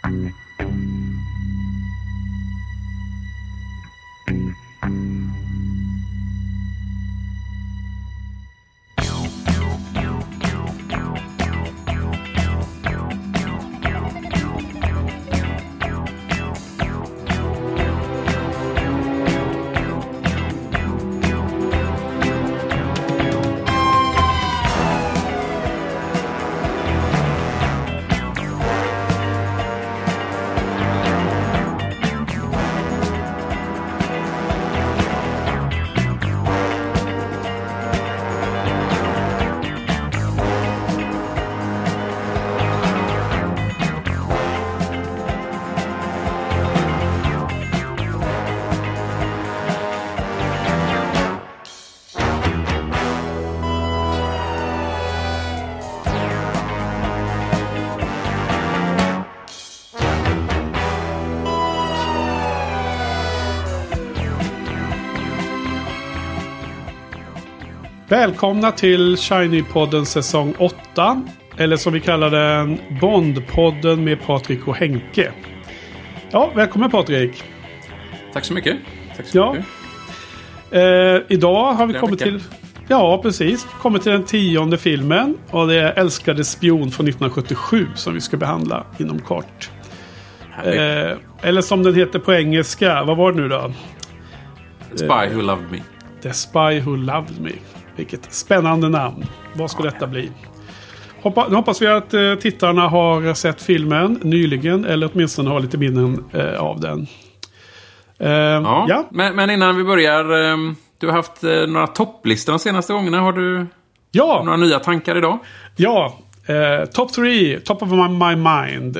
Välkomna till Shiny-podden säsong 8. Eller som vi kallar den, Bond-podden med Patrik och Henke. Ja, välkommen Patrik. Tack så mycket. Mycket. Idag har vi kommit till... Ja, precis. Kommit till den 10:e filmen. Och det är Älskade spion från 1977 som vi ska behandla inom kort. Eller som den heter på engelska. Vad var det nu då? The Spy Who Loved Me. The Spy Who Loved Me. Vilket spännande namn. Vad ska detta bli? Nu hoppas vi att tittarna har sett filmen nyligen. Eller åtminstone har lite minnen av den. Ja. Men innan vi börjar. Du har haft några topplistor de senaste gångerna. Har du några nya tankar idag? Ja. Top 3. Top of my mind.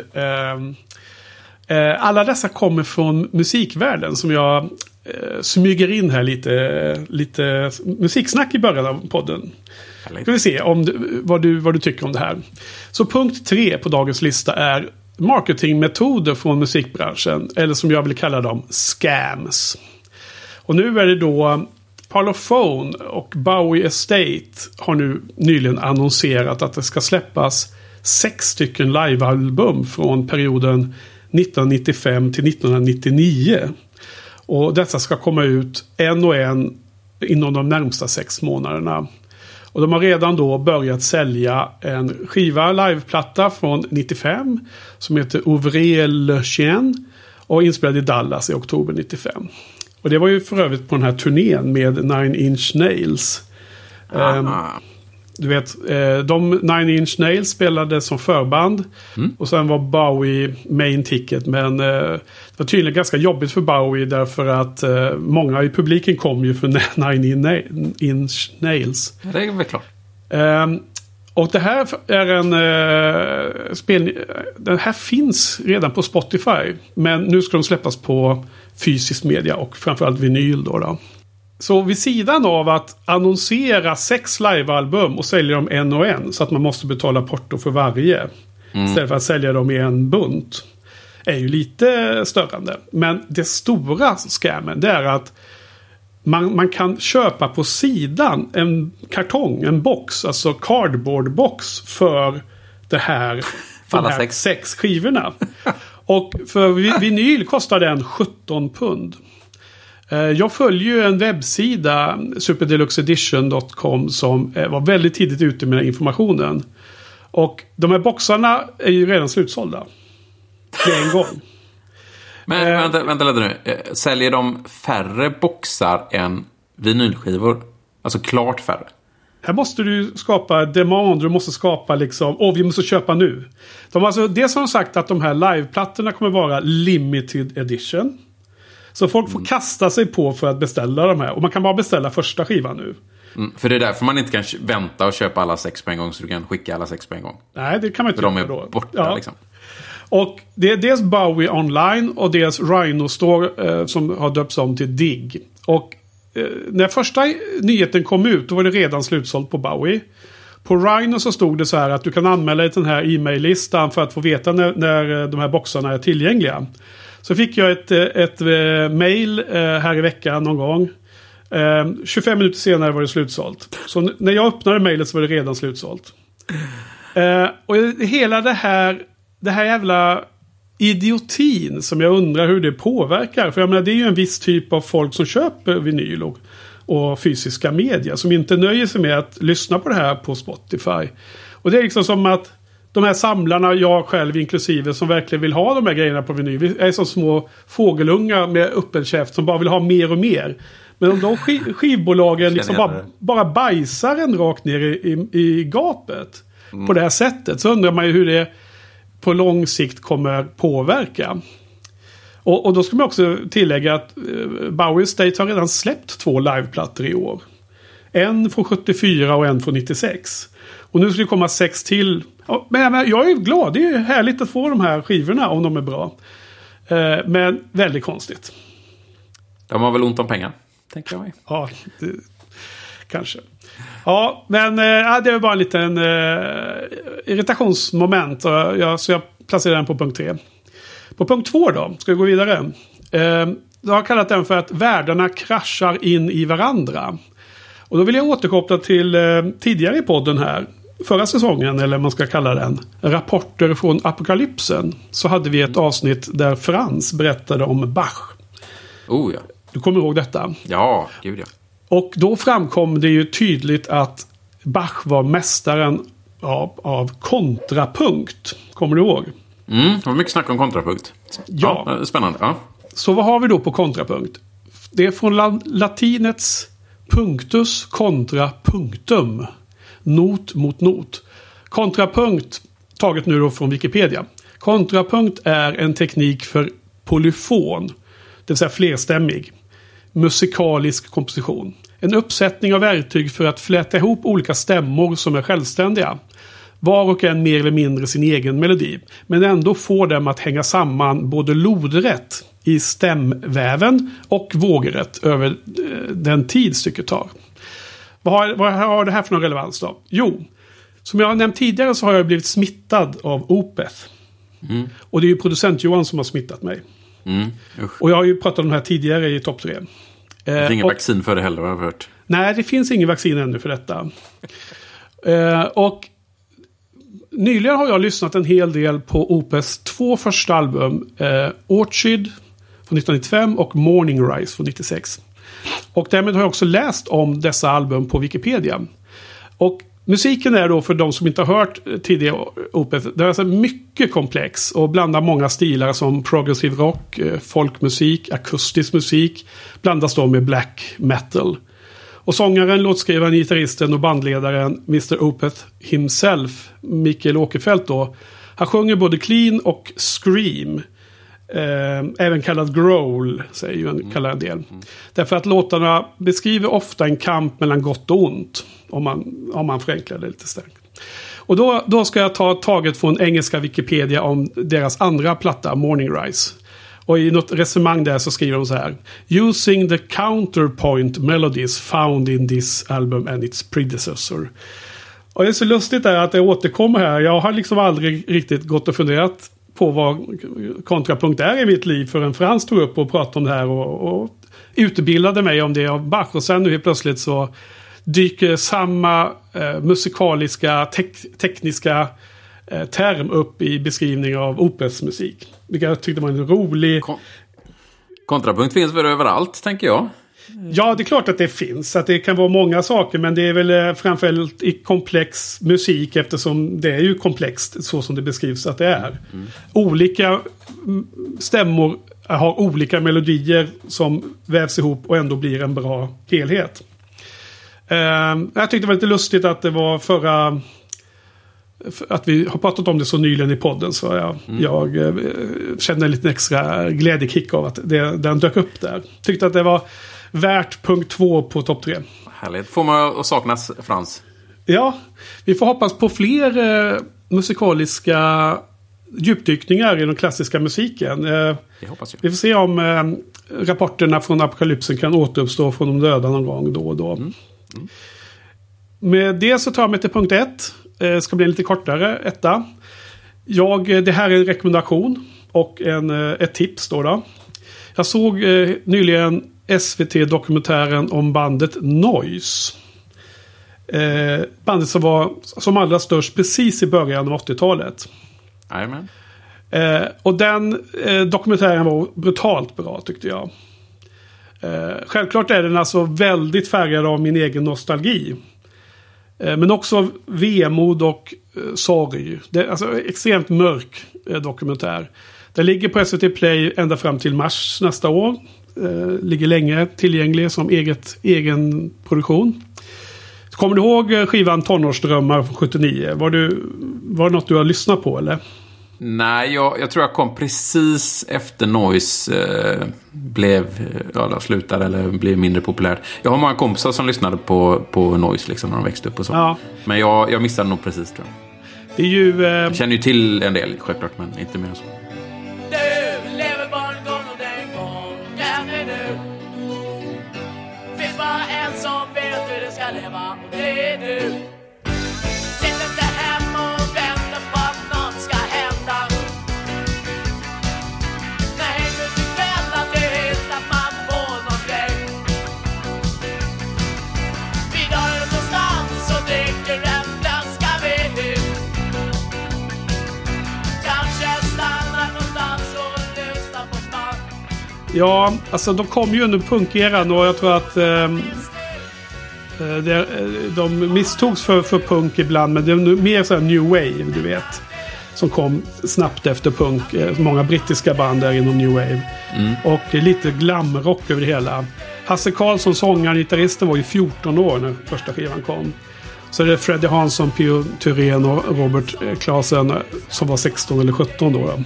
Alla dessa kommer från musikvärlden som jag smyger in här lite musiksnack i början av podden. Ska vi se vad du tycker om det här. Så punkt 3 på dagens lista är marketingmetoder från musikbranschen. Eller som jag vill kalla dem, scams. Och nu är det då Parlophone och Bowie Estate har nu nyligen annonserat att det ska släppas 6 stycken livealbum från perioden 1995 till 1999. Och dessa ska komma ut en och en inom de närmsta 6 månaderna. Och de har redan då börjat sälja en skiva liveplatta från 95 som heter Ouvrier le Chien och inspelad i Dallas i oktober 95. Och det var ju för övrigt på den här turnén med Nine Inch Nails. Du vet, de Nine Inch Nails spelade som förband. Och sen var Bowie main ticket. Men det var tydligen ganska jobbigt för Bowie. Därför att många i publiken kom ju för Nine Inch Nails. Det är väl klart. Och det här är en spelning. Den här finns redan på Spotify. Men nu ska de släppas på fysisk media och framförallt vinyl då. Så vid sidan av att annonsera 6 livealbum och sälja dem en och en så att man måste betala porto för varje istället för att sälja dem i en bunt är ju lite störande. Men det stora scammen det är att man kan köpa på sidan en kartong, en box, alltså cardboard box för det här, de här 6 skivorna. Och för vinyl kostar den 17 pund. Jag följer ju en webbsida, superdeluxeedition.com, som var väldigt tidigt ute med informationen. Och de här boxarna är ju redan slutsålda. Med en gång. Men vänta lite nu. Säljer de färre boxar än vinylskivor? Alltså klart färre. Här måste du skapa demand. Du måste skapa liksom, vi måste köpa nu. Det som har sagt att de här liveplattorna kommer vara limited edition. Så folk får kasta sig på för att beställa de här. Och man kan bara beställa första skivan nu. För det är därför man inte kan vänta och köpa alla 6 på en gång. Så du kan skicka alla 6 på en gång. Nej, det kan man inte göra då. De är borta liksom. Och det är dels Bowie online och dels Rhino Store som har döpts om till Dig. Och när första nyheten kom ut då var det redan slutsålt på Bowie. På Rhino så stod det så här att du kan anmäla dig till den här e-maillistan för att få veta när de här boxarna är tillgängliga. Så fick jag ett mail här i veckan någon gång. 25 minuter senare var det slutsålt. Så när jag öppnade mailet så var det redan slutsålt. Och hela det här jävla idiotin som jag undrar hur det påverkar. För jag menar, det är ju en viss typ av folk som köper vinyl och fysiska media som inte nöjer sig med att lyssna på det här på Spotify. Och det är liksom som att de här samlarna, jag själv inklusive, som verkligen vill ha de här grejerna på vinyl. Vi är som små fågelungar med öppen käft som bara vill ha mer och mer. Men om de skivbolagen liksom bara bajsar en rakt ner i gapet på det här sättet, så undrar man ju hur det på lång sikt kommer påverka. Och då ska man också tillägga att Bowie State har redan släppt 2 liveplattor i år. En från 74 och en från 96. Och nu ska det komma 6 till. Men jag är glad, det är ju härligt att få de här skivorna om de är bra. Men väldigt konstigt. De har väl ont om pengar, tänker jag mig. Ja, kanske. Ja, men det var bara en liten irritationsmoment. Så jag placerar den på punkt 3. På punkt 2 då, ska vi gå vidare. Jag har kallat den för att världarna kraschar in i varandra. Och då vill jag återkoppla till tidigare i podden här. Förra säsongen, eller man ska kalla den Rapporter från apokalypsen. Så hade vi ett avsnitt där Frans berättade om Bach. Oh ja. Du kommer ihåg detta? Ja, gud ja. Och då framkom det ju tydligt att Bach var mästaren av kontrapunkt. Kommer du ihåg? Det var mycket snack om kontrapunkt. Ja. Spännande. Ja. Så vad har vi då på kontrapunkt? Det är från latinets punctus contra punctum. Not mot not. Kontrapunkt, taget nu då från Wikipedia. Kontrapunkt är en teknik för polyfon, det vill säga flerstämmig, musikalisk komposition. En uppsättning av verktyg för att fläta ihop olika stämmor som är självständiga. Var och en mer eller mindre sin egen melodi. Men ändå får dem att hänga samman både lodrätt i stämväven och vågrätt över den tid stycket tar. Vad har det här för någon relevans då? Jo, som jag har nämnt tidigare så har jag blivit smittad av Opeth. Och det är ju producent Johan som har smittat mig. Och jag har ju pratat om det här tidigare i topp 3. Det är ingen vaccin för det heller, har jag hört. Nej, det finns ingen vaccin ännu för detta. Och nyligen har jag lyssnat en hel del på Opeths 2 första album. Orchid från 1995 och Morning Rise från 96. Och därmed har jag också läst om dessa album på Wikipedia. Och musiken är då, för de som inte har hört tidigare Opeth, det är alltså mycket komplex och blandar många stilar som progressive rock, folkmusik, akustisk musik, blandas då med black metal. Och sångaren, låtskrivaren, gitarristen och bandledaren Mr. Opeth himself, Mikael Åkerfeldt då, han sjunger både clean och scream. Även kallad growl, säger ju en del. Därför att låtarna beskriver ofta en kamp mellan gott och ont, om man förenklar det lite starkt. Och då ska jag ta taget från engelska Wikipedia om deras andra platta, Morning Rise. Och i något resonemang där så skriver de så här: Using the counterpoint melodies found in this album and its predecessor. Och det är så lustigt där att det återkommer här. Jag har liksom aldrig riktigt gått och funderat på vad kontrapunkt är i mitt liv förrän Frans tog upp och pratade om det här och utbildade mig om det av Bach. Och sen nu helt plötsligt så dyker samma musikaliska, tekniska term upp i beskrivning av Opeths musik. Vilket jag tyckte var en rolig... Kontrapunkt finns väl överallt, tänker jag. Ja, det är klart att det finns. Att det kan vara många saker, men det är väl framförallt i komplex musik, eftersom det är ju komplext så som det beskrivs att det är. Olika stämmor har olika melodier som vävs ihop och ändå blir en bra helhet. Jag tyckte det var lite lustigt att det var att vi har pratat om det så nyligen i podden, så jag kände en liten extra glädjekick av att den dök upp där. Tyckte att det var värt punkt 2 på topp 3. Härligt. Får man att saknas, Frans? Ja, vi får hoppas på fler musikaliska djupdykningar i den klassiska musiken. Det hoppas jag. Vi får se om rapporterna från apokalypsen kan återuppstå från de döda någon gång då och då. Med det så tar jag mig till punkt 1. Ska bli en lite kortare etta. Det här är en rekommendation och ett tips då. Jag såg nyligen SVT-dokumentären om bandet Noise. Bandet som var som allra störst precis i början av 80-talet. Amen. Och den dokumentären var brutalt bra tyckte jag. Självklart är den alltså väldigt färgad av min egen nostalgi. Men också vemod och sorg. Det är alltså extremt mörk dokumentär. Den ligger på SVT Play ända fram till mars nästa år. Ligger länge tillgänglig som egen produktion. Kommer du ihåg skivan Tonårsdrömmar från 79? Var det något du har lyssnat på eller? Nej, jag tror jag kom precis efter Noise slutade eller blev mindre populärt. Jag har många kompisar som lyssnade på Noise liksom, när de växte upp och så. Ja. Men jag missade nog precis tror jag. Det är ju... Jag känner ju till en del självklart, men inte mer än så. Du lever bara en gång och den gången är nu. Finns bara en som vet hur det ska leva och det är du. Sitt inte hem och vänta på att något ska hända. Nej, du väl att det hittar man på någon grej. Vi drar ut någonstans och dricker en flaska vin. Kanske stannar någonstans och lyssnar på fan. Ja, alltså de kom ju under punkeran och jag tror att de misstogs för punk ibland, men det är mer så här new wave, du vet. Som kom snabbt efter punk. Många brittiska band där inom new wave. Och lite glamrock över det hela. Hasse Karlsson, sångaren, gitarristen, var ju 14 år när första skivan kom. Så det är Freddie Hansson, Pio Thyrén och Robert Klasen som var 16 eller 17 då.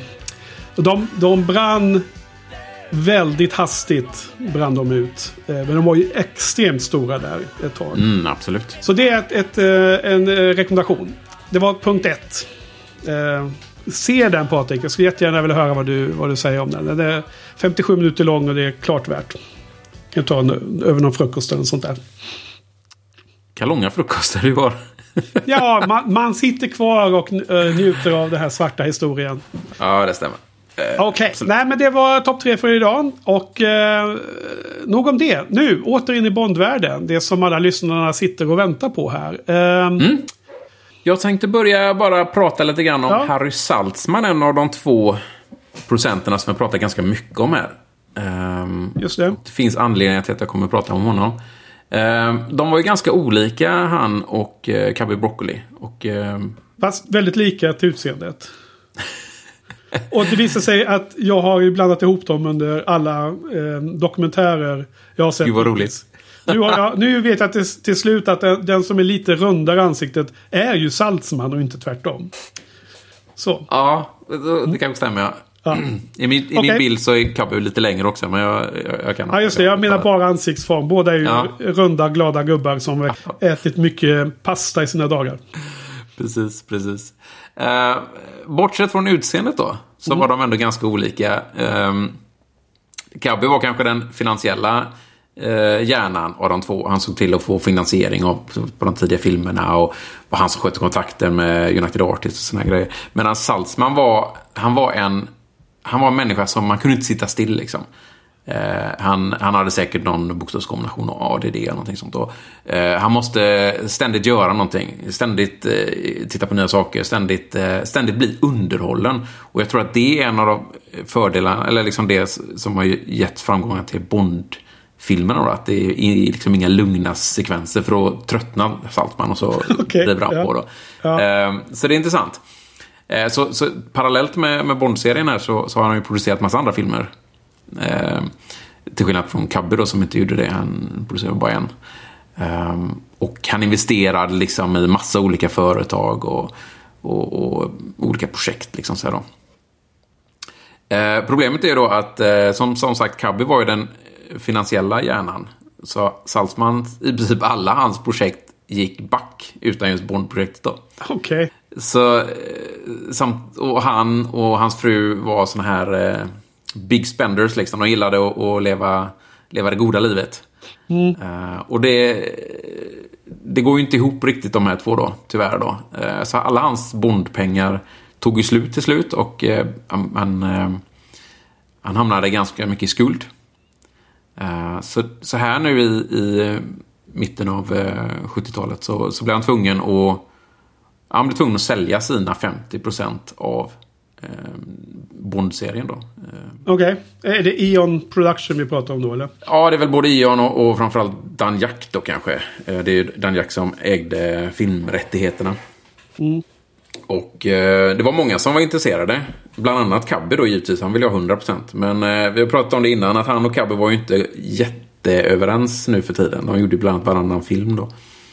De brann väldigt hastigt brann de ut. Men de var ju extremt stora där ett tag. Absolut. Så det är en rekommendation. Det var punkt 1. Se den, Patrik. Jag skulle jättegärna vilja höra vad du säger om den. Den är 57 minuter lång och det är klart värt. Jag kan ta över någon frukost eller sånt där. Vilka långa frukostar du har. Ja, man sitter kvar och njuter av den här svarta historien. Ja, det stämmer. Okej, nej men det var topp 3 för idag. Och nog om det. Nu, åter in i Bondvärlden. Det som alla lyssnarna sitter och väntar på här. Jag tänkte börja bara prata lite grann om Harry Saltzman. En av de 2 producenterna som jag pratar ganska mycket om här. Just det. Det finns anledningar till att jag kommer att prata om honom. De var ju ganska olika, han och Cubby Broccoli. Fast väldigt lika till utseendet. Och det visar sig att jag har ju blandat ihop dem under alla dokumentärer jag har sett. Gud vad roligt. Nu vet jag till slut att den som är lite rundare ansiktet är ju Saltzman och inte tvärtom. Så. Ja, det kanske stämmer. Ja. I min bild så är Cubby lite längre också, men jag kan... Ja, just det. Jag menar bara ansiktsform. Båda är ju runda, glada gubbar som ätit mycket pasta i sina dagar. Precis. Bortsett från utseendet då, så var de ändå ganska olika. Cubby var kanske den finansiella hjärnan av de 2. Han såg till att få finansiering på de tidiga filmerna och var han som skötte kontakter med United Artists och såna grejer. Medan Saltzman var en människa som man kunde inte sitta still liksom. Han hade säkert någon bokstavskombination av ADD eller någonting sånt då. Han måste ständigt göra någonting. Ständigt titta på nya saker. Ständigt bli underhållen. Och jag tror att det är en av de fördelarna, eller liksom det som har gett framgångar till Bond-filmerna då, att det är liksom inga lugna sekvenser för att tröttna Saltzman och så driver han på då. Ja. Så det är intressant. Så parallellt med Bond-serien här så har han ju producerat massa andra filmer. Till skillnad från Cubby då, som inte gjorde det. Han producerade bara en. Och han investerade liksom i massa olika företag och olika projekt liksom så då. Problemet är då att som sagt, Cubby var ju den finansiella hjärnan. Så Saltzman, i princip alla hans projekt gick back utan just Bond-projektet då. Okej. Så och han och hans fru var såna här big spenders liksom. De gillade att leva det goda livet. Och det går ju inte ihop riktigt de här 2 då, tyvärr då. Så alla hans Bondpengar tog ju slut till slut och han hamnade ganska mycket i skuld. Så här nu i mitten av 70-talet så blev han tvungen att sälja sina 50% av Bond-serien då. Okej. Är det Eon Production vi pratar om då, eller? Ja, det är väl både Eon och framförallt Dan-Jack då kanske. Det är ju Dan-Jack som ägde filmrättigheterna. Och det var många som var intresserade. Bland annat Cabby då givetvis. Han ville ha 100%. Men vi har pratat om det innan att han och Cabby var ju inte jätteöverens nu för tiden. De gjorde bland annat varannan film då.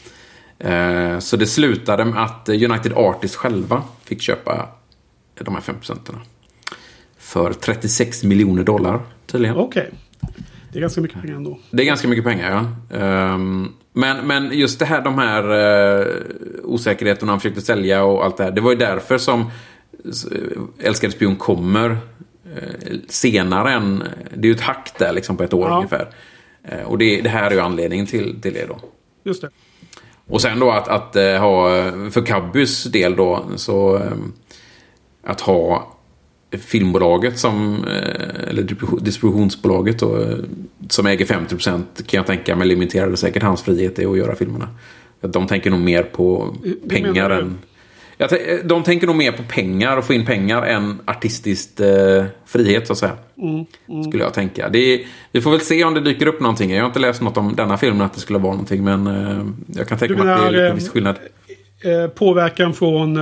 Så det slutade med att United Artists själva fick köpa de här 5% för $36 miljoner tydligen. Okej. Det är ganska mycket pengar ändå. Det är ganska mycket pengar, ja. Men just det här, de här osäkerheterna han försökte sälja och allt det här. Det var ju därför som Älskade spion kommer senare än... Det är ju ett hack där liksom på ett år ungefär. Och det här är ju anledningen till det då. Just det. Och sen då att ha, för Cabbys del då, så att ha filmbolaget som, eller distributionsbolaget då, som äger 50% kan jag tänka mig limiterade säkert hans frihet i att göra filmerna. De tänker nog mer på pengar än... De tänker nog mer på pengar och få in pengar än artistiskt frihet så att säga. Skulle jag tänka. Vi får väl se om det dyker upp någonting. Jag har inte läst något om denna filmen att det skulle vara någonting, men jag kan tänka mig att det är en viss skillnad. Påverkan från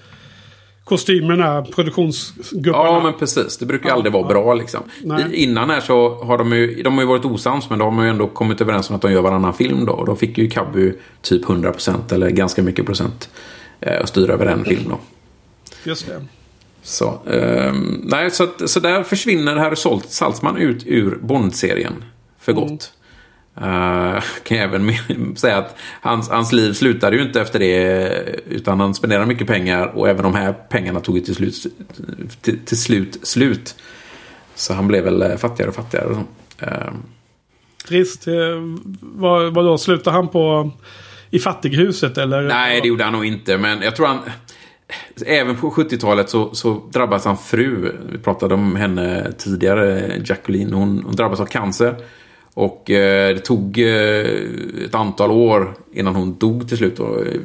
kostymerna, produktionsgubbarna. Ja, men precis. Det brukar aldrig vara bra liksom. Innan här så har de har ju varit osams, men de har ju ändå kommit överens om att de gör varannan film då. Och då fick ju Cabby typ 100% eller ganska mycket procent och styra över en film då. Just det. Så, så där försvinner Harry Saltzman ut ur Bond-serien för gott. Kan jag även säga att hans liv slutade ju inte efter det, utan han spenderade mycket pengar och även de här pengarna tog till slut. Så han blev väl fattigare och fattigare. Trist. Vad då? Slutade han i fattighuset eller? Nej, det gjorde han nog inte, men jag tror han även på 70-talet så drabbas han fru. Vi pratade om henne tidigare, Jacqueline. Hon drabbas av cancer. Och det tog ett antal år innan hon dog till slut.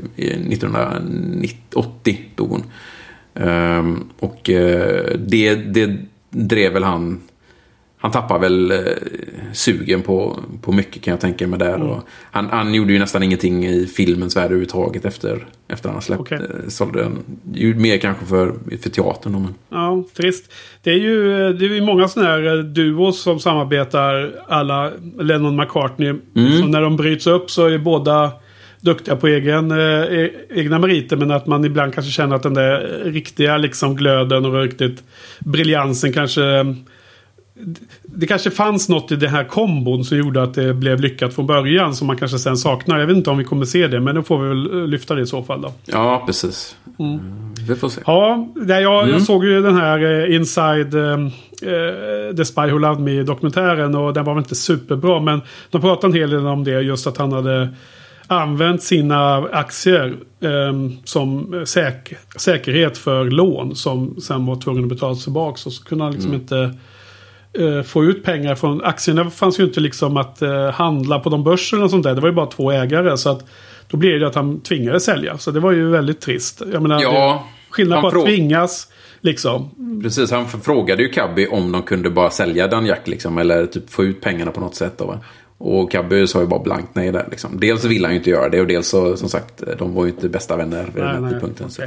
1980 dog hon. Och det drev väl han... Han tappar väl sugen på mycket kan jag tänka mig där. Och han gjorde ju nästan ingenting i filmens värld överhuvudtaget efter han släppte. Sålde den. Mer kanske för teatern. Men. Ja, trist. Det är ju många sådana här duos som samarbetar, alla Lennon McCartney. Så när de bryts upp så är båda duktiga på egna meriter, men att man ibland kanske känner att den där riktiga liksom glöden och riktigt briljansen kanske... Det kanske fanns något i den här kombon som gjorde att det blev lyckat från början som man kanske sen saknar. Jag vet inte om vi kommer se det, men då får vi väl lyfta det i så fall då. Ja, precis. Vi får se. Ja, jag såg ju den här Inside The Spy Who Loved Me-dokumentären och den var väl inte superbra, men de pratade en hel del om det, just att han hade använt sina aktier som säkerhet för lån som sen var tvungen att betala tillbaka, så kunde han liksom inte få ut pengar från aktierna. Det fanns ju inte liksom att handla på de börserna och sånt där. Det var ju bara 2 ägare, så att då blev det att han tvingades sälja. Så det var ju väldigt trist. Jag menar, skillnad på att tvingas liksom. Precis, han frågade ju Cabby om de kunde bara sälja Dan-Jack liksom, eller typ få ut pengarna på något sätt då, va? Och Cabby sa ju bara blankt nej där liksom. Dels ville han ju inte göra det, och dels så, som sagt, de var ju inte bästa vänner vid den här punkten. Okay.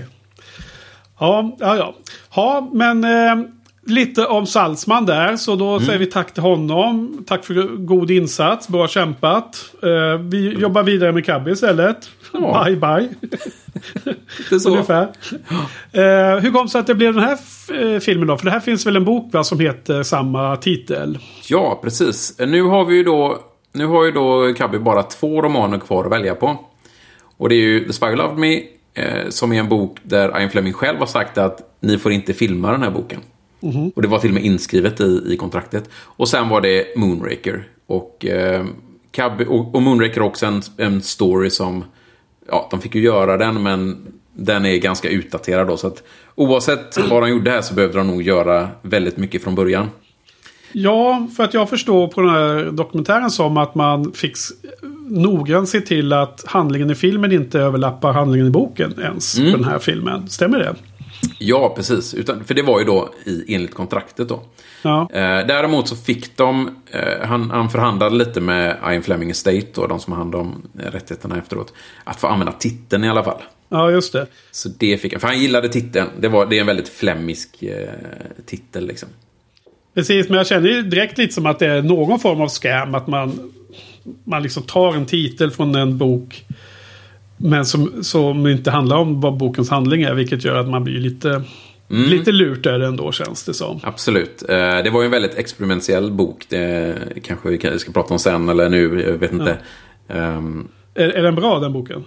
Ja, men lite om Saltzman där, så då säger vi tack till honom. Tack för god insats, bra kämpat. Vi jobbar vidare med Cabby istället. Ja. Bye. Det är så. Ungefär. Hur kom det sig att det blev den här filmen då? För det här finns väl en bok, va, som heter samma titel? Ja, precis. Nu har ju då Cabby bara 2 romaner kvar att välja på. Och det är ju The Spy Who Loved Me, som är en bok där Ian Fleming själv har sagt att ni får inte filma den här boken. Och det var till och med inskrivet i kontraktet. Och sen var det Moonraker. Och Cabby och Moonraker också en story som, ja, de fick ju göra den, men den är ganska utdaterad då. Så att oavsett vad de gjorde här så behövde de nog göra väldigt mycket från början. Ja, för att jag förstår på den här dokumentären som att man fick noggrant se till att handlingen i filmen inte överlappar handlingen i boken ens för den här filmen. Stämmer det? Ja, precis. För det var ju då enligt kontraktet då. Ja. Däremot så fick de... Han förhandlade lite med Ian Fleming Estate då, de som har hand om rättigheterna efteråt. Att få använda titeln i alla fall. Ja, just det. Så det fick han. För han gillade titeln. Det är en väldigt flemmisk titel liksom. Precis, men jag känner ju direkt lite som att det är någon form av scam. Att man liksom tar en titel från en bok. Men som inte handlar om vad bokens handling är. Vilket gör att man blir lite lurt där ändå, känns det som. Absolut. Det var ju en väldigt experimentell bok. Det kanske vi ska prata om sen eller nu. Jag vet inte. Är den bra, den boken?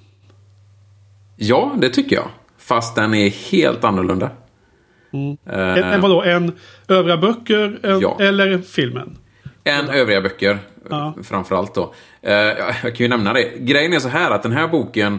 Ja, det tycker jag. Fast den är helt annorlunda. En vadå? En övriga böcker eller filmen? En övriga böcker, framförallt då. Jag kan ju nämna det. Grejen är så här att den här boken,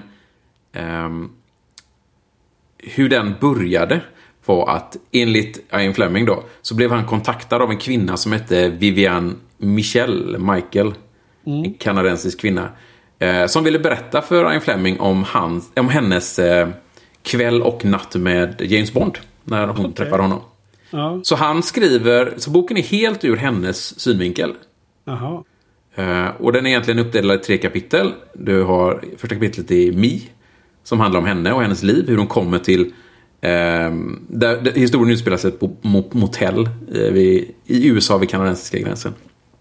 hur den började var att enligt Ian Fleming då, så blev han kontaktad av en kvinna som hette Vivian Michael, en kanadensisk kvinna, som ville berätta för Ian Fleming om hennes kväll och natt med James Bond när hon träffade honom. Ja. Så han skriver, så boken är helt ur hennes synvinkel. Aha. Och den är egentligen uppdelad i 3 kapitel. Du har första kapitlet i Mi, som handlar om henne och hennes liv, hur hon kommer till där historien utspelar sig på motell i USA vid kanadensiska gränsen.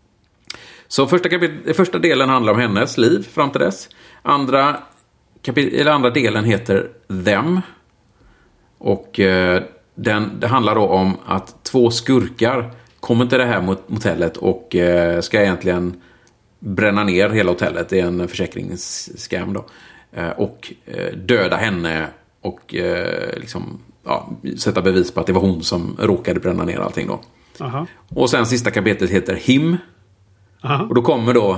Så första delen handlar om hennes liv fram till dess. Andra delen heter Them. Och det handlar då om att 2 skurkar kommer till det här motellet och ska egentligen bränna ner hela hotellet. Det är en försäkringsskam då. Och döda henne och liksom, sätta bevis på att det var hon som råkade bränna ner allting då. Aha. Och sen sista kapitlet heter Him. Aha. Och då kommer då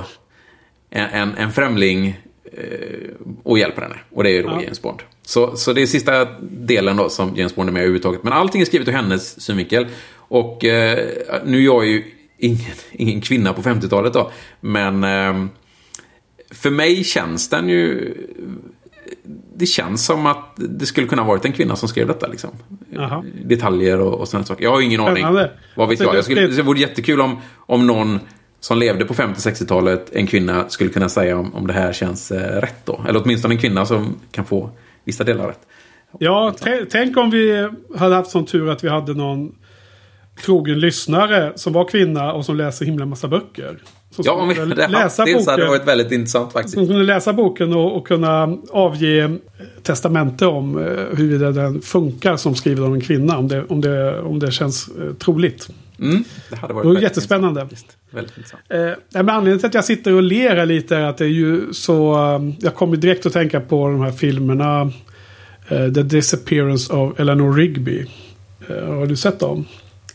en främling och hjälper henne. Och det är då James Bond. Så det är sista delen då som James Bond är med överhuvudtaget. Men allting är skrivet ur hennes synvinkel. Och nu är jag ju ingen kvinna på 50-talet då. Men för mig känns den ju... Det känns som att det skulle kunna ha varit en kvinna som skrev detta liksom. Detaljer och sådana saker. Jag har ingen aning. Vad vet jag? Det vore jättekul om någon som levde på 50-60-talet, en kvinna, skulle kunna säga om det här känns rätt då. Eller åtminstone en kvinna som kan få vissa delar rätt. Ja, tänk om vi hade haft sån tur att vi hade någon trogen lyssnare som var kvinna och som läser himla massa böcker. Ja, om vi hade haft det så hade det varit väldigt intressant faktiskt. Som kunde läsa boken och kunna avge testamente om huruvida den funkar som skriven av en kvinna. Om det känns troligt. Det hade varit jättespännande. Väldigt intressant. Men anledningen till att jag sitter och ler lite är att det är ju så... jag kommer direkt att tänka på de här filmerna The Disappearance of Eleanor Rigby. Har du sett dem?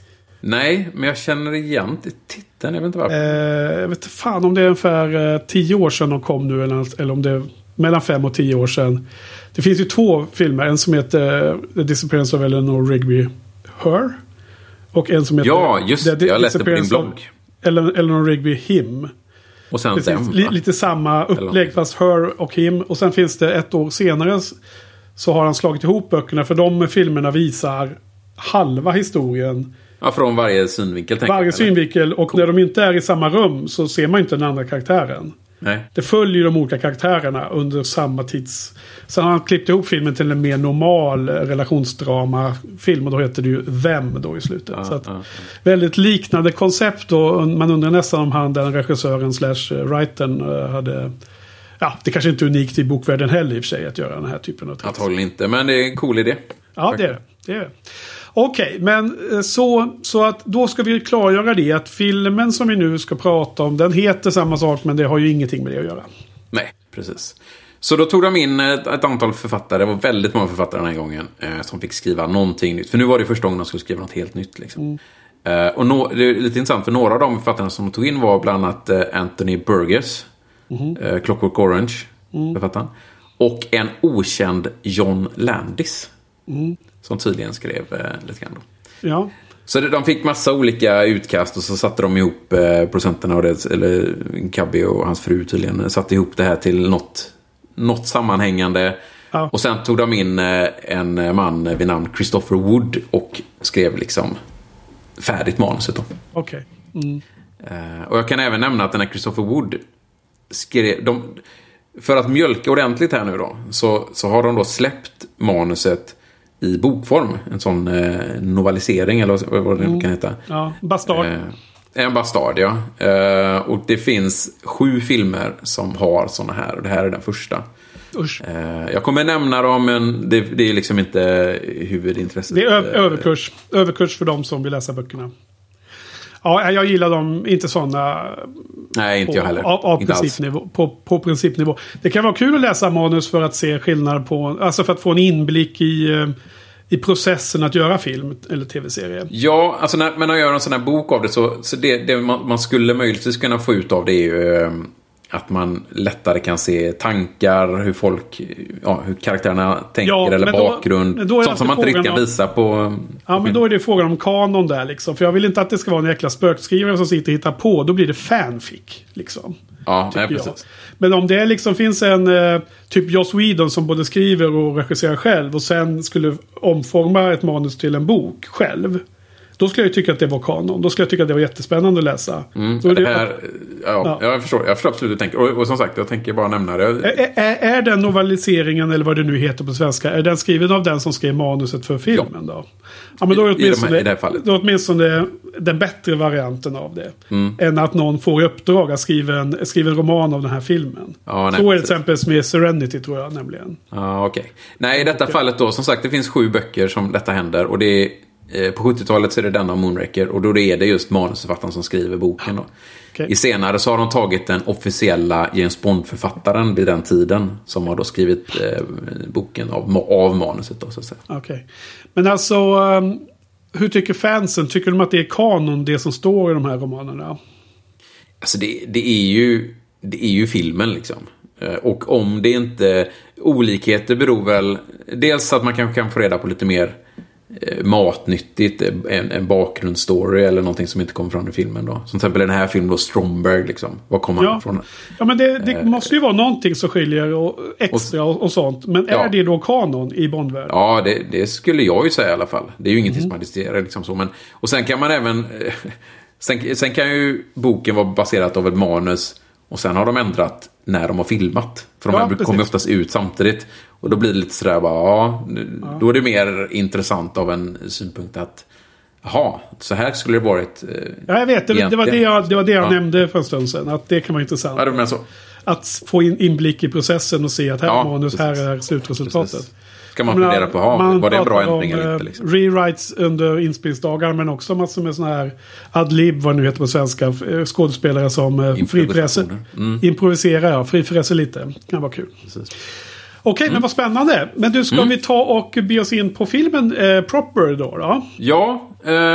Nej, men jag känner igen titeln. Jag vet inte varför. Jag vet inte fan om det är ungefär 10 år sedan de kom nu. Eller om det är mellan 5 och 10 år sedan. Det finns ju 2 filmer. En som heter The Disappearance of Eleanor Rigby Her. Och en som heter... Ja, just det. Jag läste på din blogg. Eleanor Rigby Him. Och sen Dem, lite samma upplägg fast Her och Him. Och sen finns det 1 år senare så har han slagit ihop böckerna. För de filmerna visar halva historien. Ja, från varje synvinkel. Varje synvinkel. Och när de inte är i samma rum så ser man inte den andra karaktären. Nej. Det följer de olika karaktärerna under samma tids... Sen har han klippt ihop filmen till en mer normal relationsdrama-film. Och då heter det ju Them då i slutet. Så att, väldigt liknande koncept då. Man undrar nästan om han, den regissören / writern hade... Ja, det kanske inte är unikt i bokvärlden heller i och för sig att göra den här typen av tricks. Antagligen inte, men det är en cool idé. Ja, det är det. Okej, men så att då ska vi klargöra det att filmen som vi nu ska prata om, den heter samma sak men det har ju ingenting med det att göra. Nej, precis. Så då tog de in ett antal författare, det var väldigt många författare den här gången, som fick skriva någonting nytt. För nu var det första gången de skulle skriva något helt nytt liksom. Och det är lite intressant för några av de författarna som de tog in var bland annat Anthony Burgess, Clockwork Orange, författaren. Och en okänd John Landis. Som tydligen skrev lite grann då. Ja. Så de fick massa olika utkast och så satte de ihop producenterna och det, eller Cabby och hans fru tydligen satte ihop det här till något sammanhängande. Ja. Och sen tog de in en man vid namn Christopher Wood och skrev liksom färdigt manuset då. Okej. Mm. Och jag kan även nämna att den här Christopher Wood skrev... för att mjölka ordentligt här nu då, så har de då släppt manuset i bokform. En sån novalisering eller vad det kan heta. Ja, bastard. En bastard, ja. Och det finns 7 filmer som har såna här. Och det här är den första. Usch. Jag kommer nämna dem, men det är liksom inte huvudintresset. Det är överkurs. Överkurs för de som vill läsa böckerna. Ja, jag gillar dem inte sådana. Nej, inte jag heller. Av inte principnivå, på principnivå. Det kan vara kul att läsa manus för att se skillnader på... Alltså för att få en inblick i processen att göra film eller tv-serie. Ja, alltså när man gör en sån här bok av det så det man skulle möjligtvis kunna få ut av det är ju att man lättare kan se tankar, hur folk, hur karaktärerna tänker eller bakgrund. Då sånt som man inte riktigt kan visa på. Ja, men då är det frågan om kanon där liksom. För jag vill inte att det ska vara en jäkla spökskrivare som sitter och hittar på. Då blir det fanfic liksom. Ja, nej, precis. Men om det liksom finns en typ Joss Whedon som både skriver och regisserar själv och sen skulle omforma ett manus till en bok själv. Då skulle jag tycka att det var kanon. Då skulle jag tycka att det var jättespännande att läsa. Jag förstår absolut hur du tänker. Och som sagt, jag tänker bara nämna det. Är den novaliseringen, eller vad det nu heter på svenska, är den skriven av den som skrev manuset för filmen då? Ja, men då är det åtminstone den bättre varianten av det. Än att någon får i uppdrag att skriva en roman av den här filmen. Ja, så är det till exempel med Serenity, tror jag nämligen. Ja, okej. Nej, i detta fallet då, som sagt, det finns 7 böcker som detta händer. Och det är... På 70-talet så är det denna Moonraker. Och då är det just manusförfattaren som skriver boken då. Okay. I senare så har de tagit den officiella James Bond-författaren vid den tiden. Som har då skrivit boken av manuset då, så att säga. Okej. Men alltså, hur tycker fansen? Tycker de att det är kanon, det som står i de här romanerna? Alltså det är ju filmen liksom. Och om det inte... Olikheter beror väl... Dels att man kanske kan få reda på lite mer... matnyttigt, en bakgrundsstory eller någonting som inte kommer fram i filmen då. Som till exempel den här filmen då, Stromberg liksom. Var kommer han ifrån? Ja, men det måste ju vara någonting som skiljer och extra och sånt. Men är det då kanon i Bondvärlden? Ja, det skulle jag ju säga i alla fall. Det är ju ingenting som man diskuterar liksom så. Men, och sen kan man även sen kan ju boken vara baserad av ett manus och sen har de ändrat när de har filmat. För de kommer oftast ut samtidigt. Och då blir det lite sådär bara, då är det mer intressant av en synpunkt att så här skulle det varit. Ja, jag vet. Det var det jag nämnde för en stund sedan. Att det kan vara intressant. Ja, det menar så. Att få inblick i processen och se att här är manus, här är slutresultatet. Precis. Ska man fundera på, var det en bra ändring eller inte? Liksom. Rewrites under inspelningsdagar, men också massor med sådana här ad-lib, vad nu heter på svenska, skådespelare som frifräser lite. Det kan vara kul. Okej, men vad spännande. Men du, ska vi ta och be oss in på filmen proper då? Ja.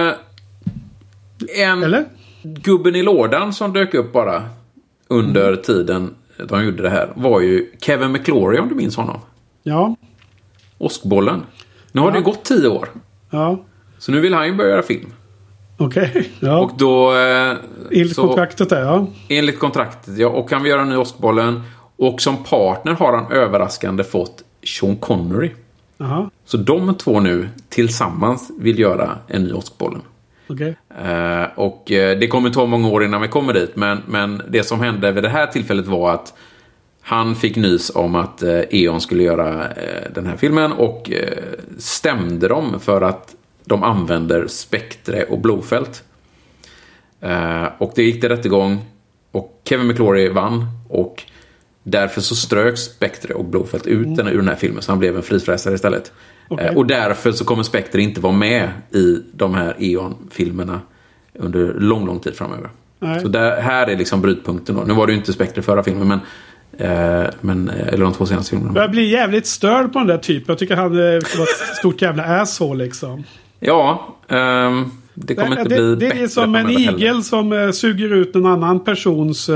Eller? Gubben i lådan som dök upp bara under tiden de gjorde det här var ju Kevin McClory, om du minns honom. Ja. Åskbollen. Nu har det gått 10 år. Ja. Så nu vill han ju börja göra film. Okej. Ja. Och då... enligt kontraktet där, ja. Enligt kontraktet, ja. Och han vill göra en ny Åskbollen. Och som partner har han överraskande fått Sean Connery. Aha. Så de 2 nu tillsammans vill göra en ny Åskbollen. Okej. Och det kommer ta många år innan vi kommer dit. Men det som hände vid det här tillfället var att han fick nys om att E.ON skulle göra den här filmen och stämde dem för att de använder Spectre och Blofeld. Och det gick till rättegång och Kevin McClory vann och därför så strök Spectre och Blofeld ut ur den här filmen, så han blev en frifräsare istället. Okay. Och därför så kommer Spectre inte vara med i de här E.ON-filmerna under lång tid framöver. Nej. Så här är liksom brytpunkten då. Nu var det ju inte Spectre förra filmen, eller de 2 senaste filmerna. Jag blir jävligt störd på den där typen. Jag tycker han var ett stort jävla asshole liksom. Ja, det kommer inte bli det är som en igel som suger ut en annan persons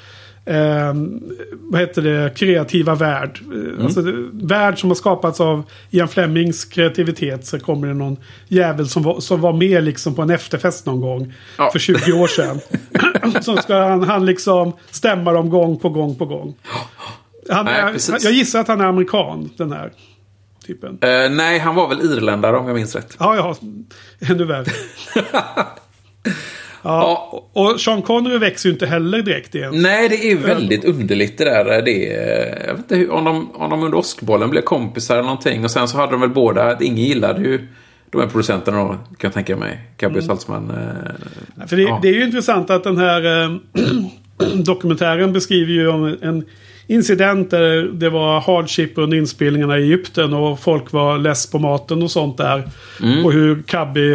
vad heter det, kreativa värld. Alltså värld som har skapats av Ian Flemings kreativitet. Så kommer det någon jävel som var med liksom på en efterfest någon gång för 20 år sedan. Så ska han liksom stämma dem gång på gång. Jag gissar att han är amerikan, den här typen. Nej, han var väl irländare om jag minns rätt. Ja, ännu värre. Ja, och Sean Connery växer ju inte heller direkt igen. Nej, det är väldigt underligt det där. Jag vet inte hur, om de under Oscarbollen blev kompisar eller någonting. Och sen så hade de väl båda, ingen gillade ju de här producenterna då, kan jag tänka mig. Gabriel Saltzman. För det är ju intressant att den här dokumentären beskriver ju om en incident där det var hardship under inspelningarna i Egypten och folk var less på maten och sånt där. Och hur Cubby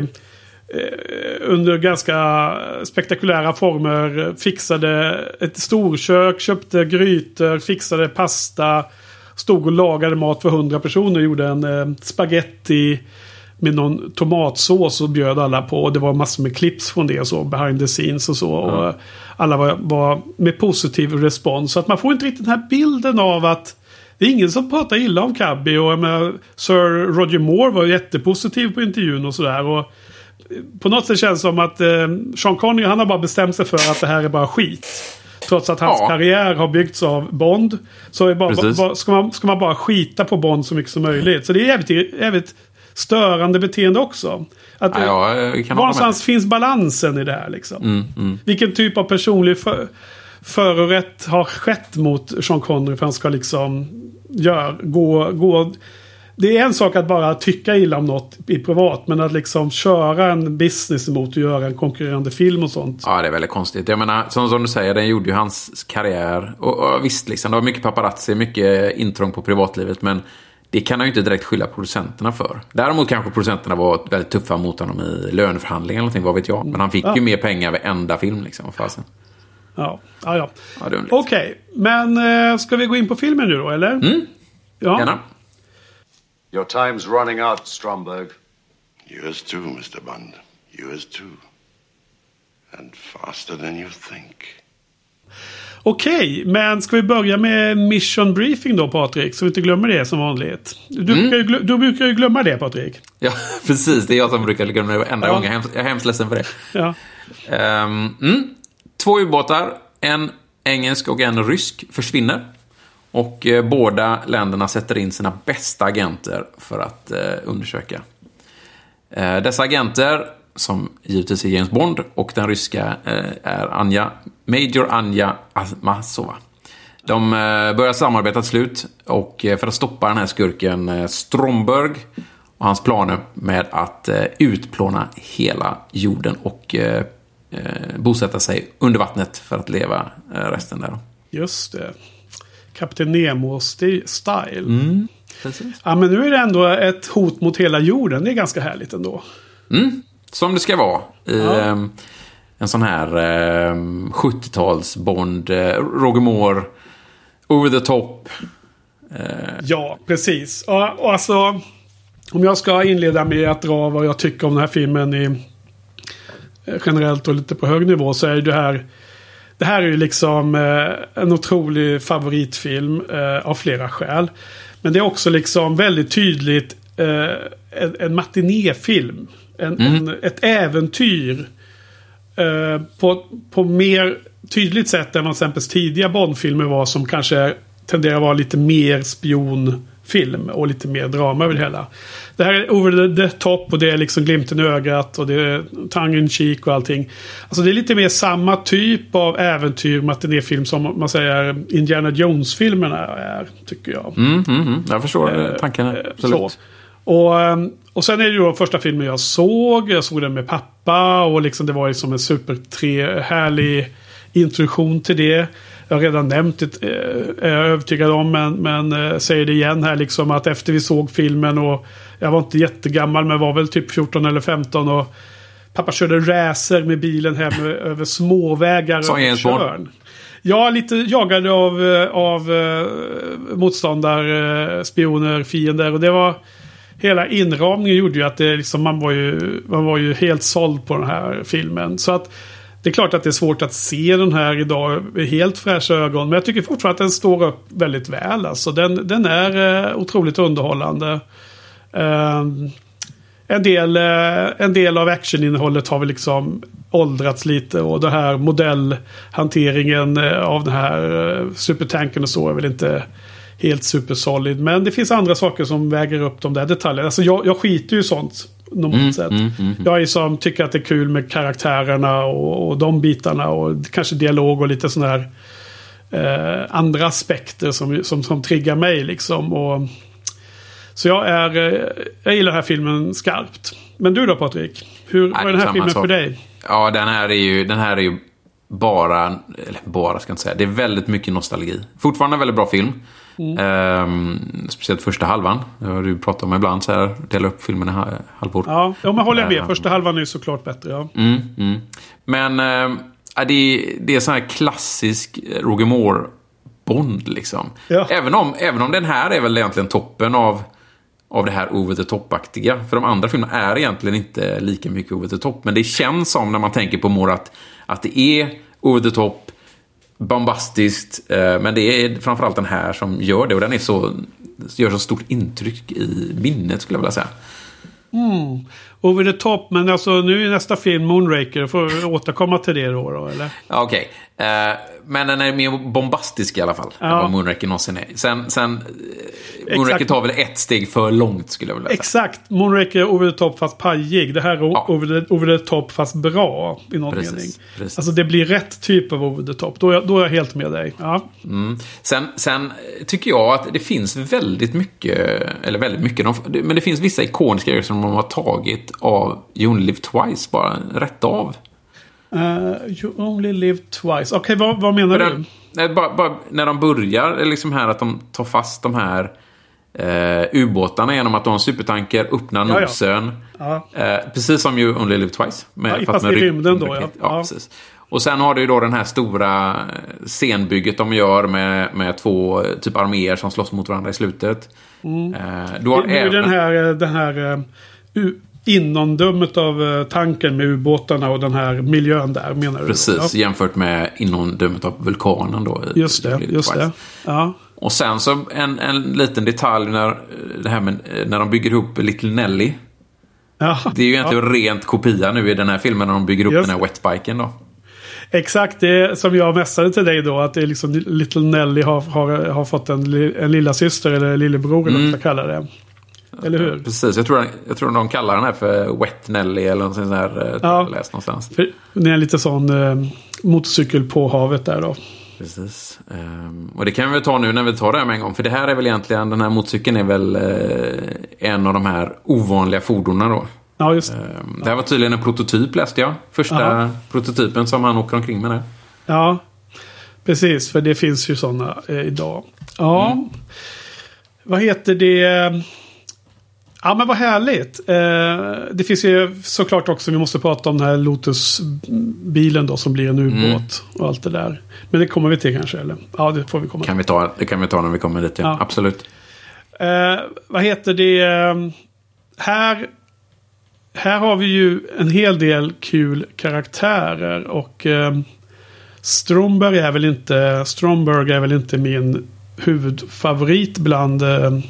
under ganska spektakulära former fixade ett storkök, köpte grytor, fixade pasta, stod och lagade mat för 100 personer, gjorde en spaghetti med någon tomatsås och bjöd alla på. Och det var massor med clips från det, så behind the scenes och så. Och alla var med positiv respons. Så att man får inte riktigt den här bilden av att det är ingen som pratar illa om Cubby. Och Sir Roger Moore var jättepositiv på intervjun och sådär. Och på något sätt känns det som att Sean Connery, han har bara bestämt sig för att det här är bara skit. Trots att hans karriär har byggts av Bond. Så är ska man bara skita på Bond så mycket som möjligt. Så det är jävligt störande beteende också. Att någonstans finns balansen i det här liksom. Vilken typ av personlig förorätt har skett mot Sean Connery för han ska liksom gå. Det är en sak att bara tycka illa om något i privat, men att liksom köra en business emot och göra en konkurrerande film och sånt. Ja, det är väldigt konstigt. Jag menar, som du säger, den gjorde ju hans karriär. Och visst, liksom, det var mycket paparazzi, mycket intrång på privatlivet, men det kan han ju inte direkt skylla producenterna för. Däremot kanske producenterna var väldigt tuffa mot honom i löneförhandlingar eller någonting, vad vet jag. Men han fick ju mer pengar vid enda film liksom. Fasen. Ja. Okej, men ska vi gå in på filmen nu då, eller? Ja. Gärna. Your time's running out, Stromberg. Yours too, Mr. Bond. Yours too. And faster than you think. Okej, men ska vi börja med mission briefing då, Patrik? Så vi inte glömmer det som vanligt. Du brukar ju glömma det, Patrik. Ja, precis. Det är jag som brukar glömma det varenda gång. Jag är hemskt ledsen för det. Ja. 2 ubåtar, en engelsk och en rysk, försvinner. Och båda länderna sätter in sina bästa agenter för att undersöka. Dessa agenter, som givetvis är James Bond, och den ryska är Major Anja Amasova. De börjar samarbeta till slut, och för att stoppa den här skurken Stromberg och hans planer med att utplåna hela jorden och bosätta sig under vattnet för att leva resten där. Just det. Kapten Nemo-style. Precis. Ja, men nu är det ändå ett hot mot hela jorden. Det är ganska härligt ändå. Som det ska vara i en sån här 70-tals Bond, Roger Moore, over the top. Ja, precis. Och alltså, om jag ska inleda med att dra vad jag tycker om den här filmen generellt och lite på hög nivå, så är det här är ju liksom en otrolig favoritfilm av flera skäl. Men det är också liksom väldigt tydligt en matinéfilm. Ett äventyr på mer tydligt sätt än vad exempel tidiga Bond-filmer var, som kanske tenderar att vara lite mer spionfilm och lite mer drama över det hela. Det här är over the top, och det är liksom glimten i ögat och det är tongue in cheek och allting. Alltså det är lite mer samma typ av äventyr, matinéfilm, som man säger Indiana Jones-filmerna är, tycker jag. Jag förstår tanken. Absolut. Och sen är det ju då första filmen jag såg den med pappa, och liksom det var liksom en härlig introduktion till det. Jag har redan nämnt det, är jag övertygad om, men säger det igen här liksom, att efter vi såg filmen, och jag var inte jättegammal, men var väl typ 14 eller 15, och pappa körde racer med bilen hem över småvägar och körn. Ja, lite jagade av motståndare, spioner, fiender, och det var hela inramningen gjorde ju att det liksom, man var ju helt såld på den här filmen. Så att det är klart att det är svårt att se den här idag med helt fräscha ögon. Men jag tycker fortfarande att den står upp väldigt väl. Alltså den är otroligt underhållande. en del av actioninnehållet har väl liksom åldrats lite. Och det här modellhanteringen av den här supertanken och så är väl inte helt supersolid. Men det finns andra saker som väger upp de där detaljerna. Alltså jag skiter ju sånt normalt sett. Jag är som tycker att det är kul med karaktärerna och de bitarna. Och kanske dialog och lite sådana här andra aspekter som triggar mig liksom. Så jag gillar den här filmen skarpt. Men du då, Patrik? Hur var den här filmen för dig? Ja, den här är ju bara ska jag inte säga. Det är väldigt mycket nostalgi. Fortfarande en väldigt bra film. Speciellt första halvan. Det har du pratat om ibland så här. Dela upp filmen i halvor. Ja, men håller jag med. Första halvan är ju såklart bättre. Ja. Men det är sån här klassisk Roger Moore-Bond liksom. Ja. Även om den här är väl egentligen toppen av det här over the top-aktiga. För de andra filmerna är egentligen inte lika mycket over the top. Men det känns som när man tänker på Moore att det är over the top, bombastiskt. Men det är framförallt den här som gör det. Och den gör så stort intryck i minnet, skulle jag vilja säga. Over the top, men alltså nu är nästa film Moonraker. Får vi återkomma till det då eller? Okej. Men den är mer bombastisk i alla fall. Än vad Moonraker någonsin är. Sen Moonraker tar väl ett steg för långt, skulle jag vilja säga. Exakt. Moonraker är over the top fast pajig. Det här är over the top fast bra i någon mening. Precis. Alltså det blir rätt typ av over the top. Då är jag helt med dig. Ja. Sen tycker jag att det finns väldigt mycket, men det finns vissa ikoniska grejer som de har tagit av You Only Live Twice, bara rätt av. You Only Live Twice. Okej, vad menar du? Bara när de börjar liksom här att de tar fast de här ubåtarna genom att de har en supertanker, öppnar nosen. Precis som You Only Live Twice. Fast i rymden då, ja. Precis. Och sen har du ju då den här stora scenbygget de gör med två typ arméer som slåss mot varandra i slutet. Du har även den här innandömet av tanken med ubåtarna och den här miljön där, menar du? Precis, jämfört med innandömet av vulkanen då. Just det. Ja. Och sen så en liten detalj när de bygger ihop Little Nelly. Ja. Det är ju egentligen rent kopia nu i den här filmen när de bygger upp den här wetbiken då. Exakt, det som jag mässade till dig då, att det är liksom Little Nelly har fått en lilla syster eller lillebror eller vad man kallar det. Eller hur? Precis, jag tror de kallar den här för Wet Nelly eller något sånt där. Jag läst någonstans. Det är lite sån motorcykel på havet där då. Precis. Och det kan vi ta nu när vi tar det här med en gång. För det här är väl egentligen, den här motorcykeln är väl en av de här ovanliga fordonen då. Ja, just det. Det här var tydligen en prototyp, läste jag. Första prototypen som han åker omkring med där. Ja, precis. För det finns ju sådana idag. Ja. Vad heter det? Ja, men vad härligt. Det finns ju såklart också, vi måste prata om den här Lotus-bilen då som blir en ubåt och allt det där. Men det kommer vi till kanske, eller? Ja, det får vi komma till. Det kan vi ta när vi kommer dit, ja. Absolut. Vad heter det? Här har vi ju en hel del kul karaktärer och Stromberg är väl inte min huvudfavorit bland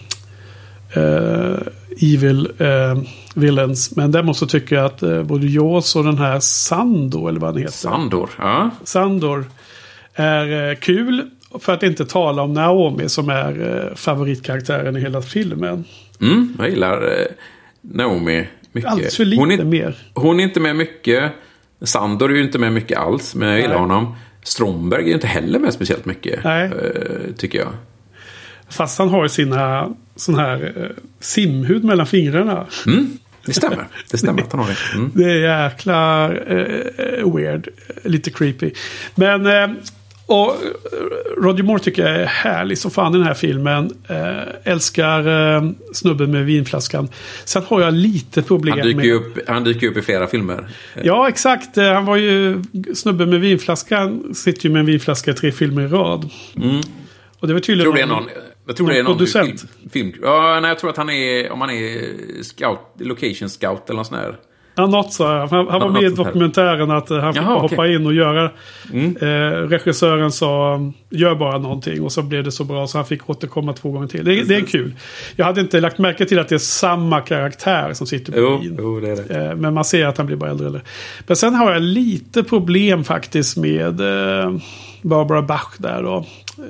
evil villains. Men däremot så tycker jag att både Jaws och den här Sandor, eller vad den heter. Sandor är kul, för att inte tala om Naomi som är favoritkaraktären i hela filmen. Jag gillar Naomi mycket. Alldeles för lite mer. Hon är inte med mycket. Sandor är ju inte med mycket alls, men jag gillar honom. Stromberg är ju inte heller med speciellt mycket, tycker jag. Fast han har ju sina sån här simhud mellan fingrarna. Det stämmer att han har det. Det är jäkla weird. Lite creepy. Men och Roger Moore tycker jag är härlig så fan i den här filmen. Älskar snubben med vinflaskan. Sen har jag lite problem Han dyker upp i flera filmer. Ja, exakt. Han var ju snubben med vinflaskan. Sitter ju med en vinflaska i 3 filmer i rad. Och det var tydligen jag tror det är någon producent. Film. Ja, nej, jag tror att han är, om han är scout, location scout eller något sånt där. Ja, något så. Han var med i dokumentären att han fick hoppa in och göra. Regissören sa, gör bara någonting. Och så blev det så bra så han fick återkomma 2 gånger till. Det är kul. Jag hade inte lagt märke till att det är samma karaktär som sitter på bin. Jo, det är det. Men man ser att han blir bara äldre. Men sen har jag lite problem faktiskt med Barbara Bach där då.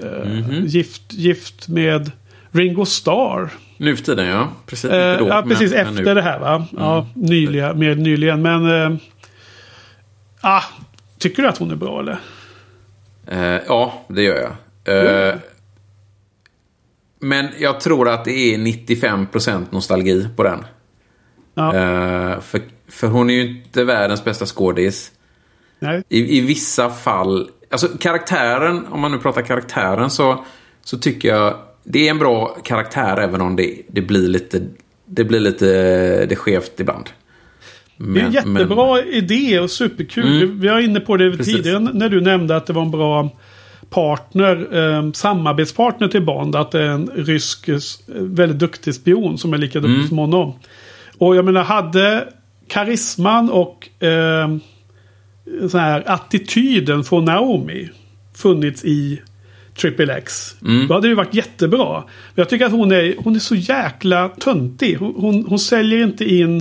Gift med Ringo Starr. Nu för tiden, ja. Precis, precis efter det här, va? Ja, nyligen. Men tycker du att hon är bra, eller? Ja, det gör jag. Men jag tror att det är 95% nostalgi på den. Ja. För hon är ju inte världens bästa skådis. Nej. I vissa fall... Alltså karaktären, om man nu pratar karaktären så tycker jag det är en bra karaktär även om det blir lite skevt ibland. Det är en jättebra idé och superkul. Vi var inne på det tidigare när du nämnde att det var en bra samarbetspartner till Bond. Att det är en rysk väldigt duktig spion som är lika duktig som honom. Och jag menar, hade karisman och så här attityden från Naomi funnits i Triple X. Då hade det varit jättebra. Men jag tycker att hon är så jäkla töntig. Hon säljer inte in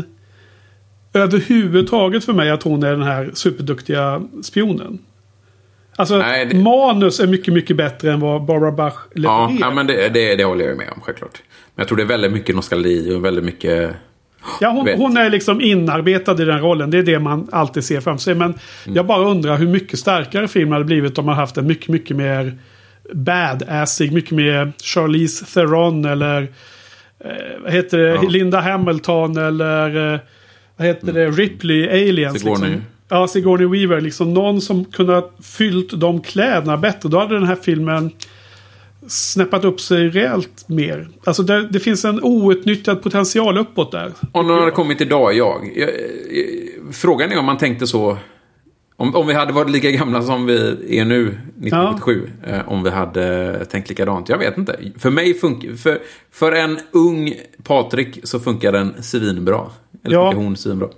överhuvudtaget för mig att hon är den här superduktiga spionen. Alltså, manus är mycket, mycket bättre än vad Barbara Bach levererar. Ja, men det håller jag med om, självklart. Men jag tror det är väldigt mycket nostalgi och väldigt mycket... Ja, hon är liksom inarbetad i den rollen. Det är det man alltid ser framför sig. Men jag bara undrar hur mycket starkare filmen hade blivit om man haft en mycket, mycket mer badassig, mycket mer Charlize Theron eller vad heter det? Linda Hamilton eller vad heter det? Ripley Aliens. Sigourney. Liksom. Ja, Sigourney Weaver. Liksom någon som kunde ha fyllt de kläderna bättre. Då hade den här filmen snäppat upp sig rejält mer. Alltså det finns en outnyttjad potential uppåt där. Om den hade kommit idag, frågan är om man tänkte så... Om vi hade varit lika gamla som vi är nu 1977, om vi hade tänkt likadant. Jag vet inte. För mig för en ung Patrik så funkar den svinbra. Eller funkar hon svinbra.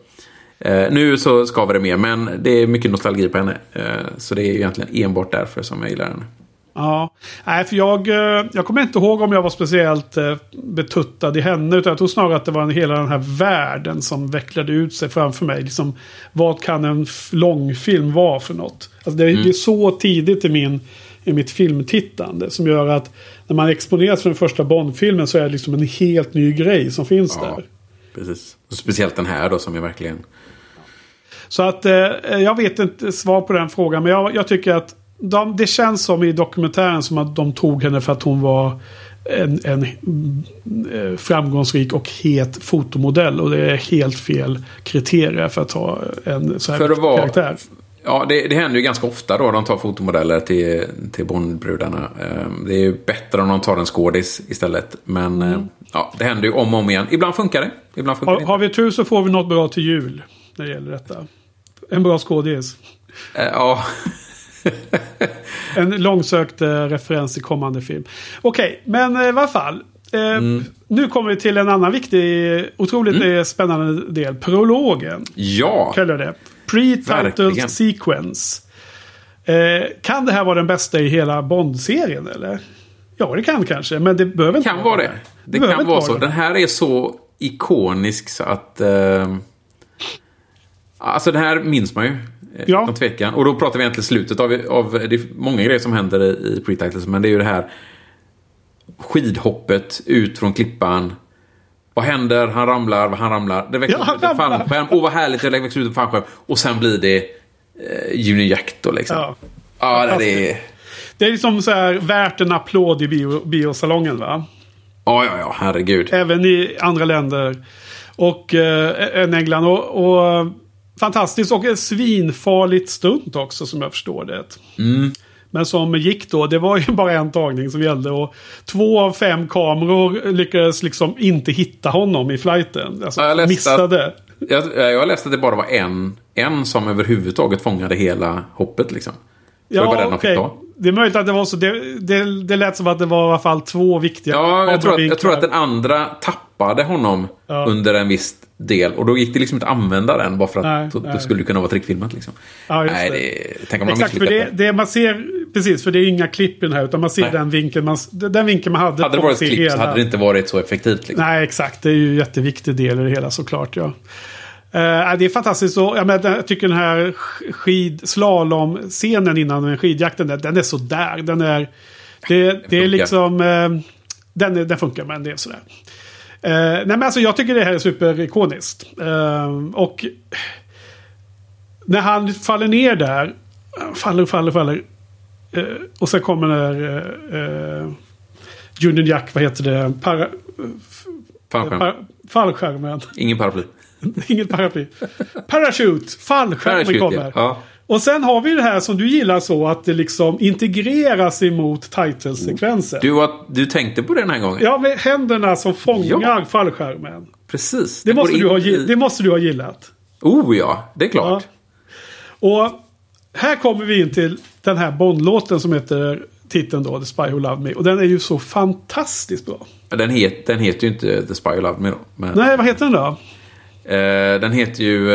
Nu så skavar det mer, men det är mycket nostalgi på henne. Så det är egentligen enbart därför som jag gillar henne. Ja, nej, för jag kommer inte ihåg om jag var speciellt betuttad i henne, utan jag tror snarare att det var hela den här världen som vecklade ut sig framför mig. Liksom, vad kan en långfilm vara för något? Alltså det är så tidigt i mitt filmtittande som gör att när man exponeras för den första Bond-filmen så är det liksom en helt ny grej som finns där. Precis. Och speciellt den här då som är verkligen... Så att jag vet inte svar på den frågan, men jag tycker att det känns som i dokumentären som att de tog henne för att hon var en framgångsrik och het fotomodell. Och det är helt fel kriterier för att ta en så här karaktär. Ja, det händer ju ganska ofta då de tar fotomodeller till Bondbrudarna. Det är ju bättre om de tar en skådis istället. Men det händer ju om och om igen. Ibland funkar det. Ibland funkar det inte. Har vi tur så får vi något bra till jul när det gäller detta. En bra skådis. Ja. En långsökt referens i kommande film. Okej, men i alla fall. Nu kommer vi till en annan viktig, otroligt spännande del. Prologen. Ja. Kallar det. Pre-titled sequence. Kan det här vara den bästa i hela Bond-serien, eller? Ja, det kan kanske, men det behöver inte vara det. Det kan vara så. Den här är så ikonisk så att... Alltså det här minns man ju. Utan tvekan. Och då pratar vi egentligen slutet av det är många grejer som händer i pre-titles, men det är ju det här skidhoppet ut från klippan. Vad händer? Han ramlar. Det växer ut en fallskärm. Vad härligt, det växer ut en fallskärm. Och sen blir det Union Jack då liksom. Det är liksom så här värt en applåd i biosalongen, va? Ja, herregud. Även i andra länder. Och än England. Och fantastiskt. Och ett svinfarligt stunt också, som jag förstår det. Men som gick då, det var ju bara en tagning som gällde. Och 2 av 5 kameror lyckades liksom inte hitta honom i flighten. Alltså jag missade. Jag läste att det bara var en som överhuvudtaget fångade hela hoppet liksom. Så det var den han fick ta. Det är möjligt att det var så. Det lät som att det var i alla fall 2 viktiga. Ja, jag tror att den andra tappade honom under en viss del. Och då gick det liksom inte att använda den bara för att det skulle kunna vara trickfilmat liksom. Ja, just tänk om man exakt, för det man ser, precis, för det är inga klipp i den här, utan man ser den vinkeln man hade. Hade det varit ett klipp så hade det inte varit så effektivt liksom. Nej, exakt. Det är ju en jätteviktig del i det hela såklart, ja. Det är fantastiskt. Jag tycker den här slalom-scenen innan skidjakten, den är så där. Det är liksom... Den funkar, men det är sådär. Nej, men alltså jag tycker det här är superikoniskt. Och när han faller ner där, faller. Och sen kommer den där Union Jack, vad heter det? Fallskärmen. Ingen paraply. Inget paraply. Parachute. Fallskärmen kommer. Ja. Och sen har vi det här som du gillar så att det liksom integreras emot title-sekvenser. Du tänkte på det den här gången? Ja, med händerna som fångar fallskärmen. Precis. Det måste du ha gillat. Oh ja, det är klart. Ja. Och här kommer vi in till den här Bond-låten som heter titeln då, The Spy Who Loved Me. Och den är ju så fantastiskt bra. Den heter ju inte The Spy Who Loved Me då. Men... Nej, vad heter den då? Den heter ju...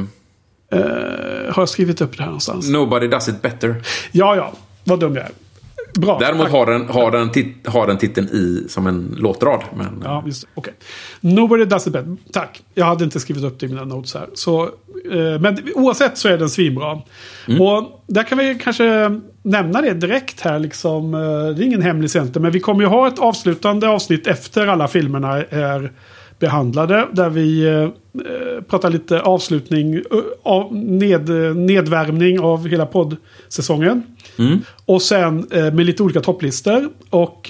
har jag skrivit upp det här någonstans? Nobody Does It Better. Ja, vad dum jag är. Bra. Däremot har den titeln i som en låtrad. Men... Ja, just det. Okej. Nobody Does It Better. Tack. Jag hade inte skrivit upp det i mina notes här. Så, men oavsett så är den svinbra. Och där kan vi kanske nämna det direkt här. Liksom, det är ingen hemlig center. Men vi kommer ju ha ett avslutande avsnitt efter alla filmerna är behandlade. Där vi pratar lite avslutning, nedvärmning av hela poddsäsongen. Och sen med lite olika topplistor. Och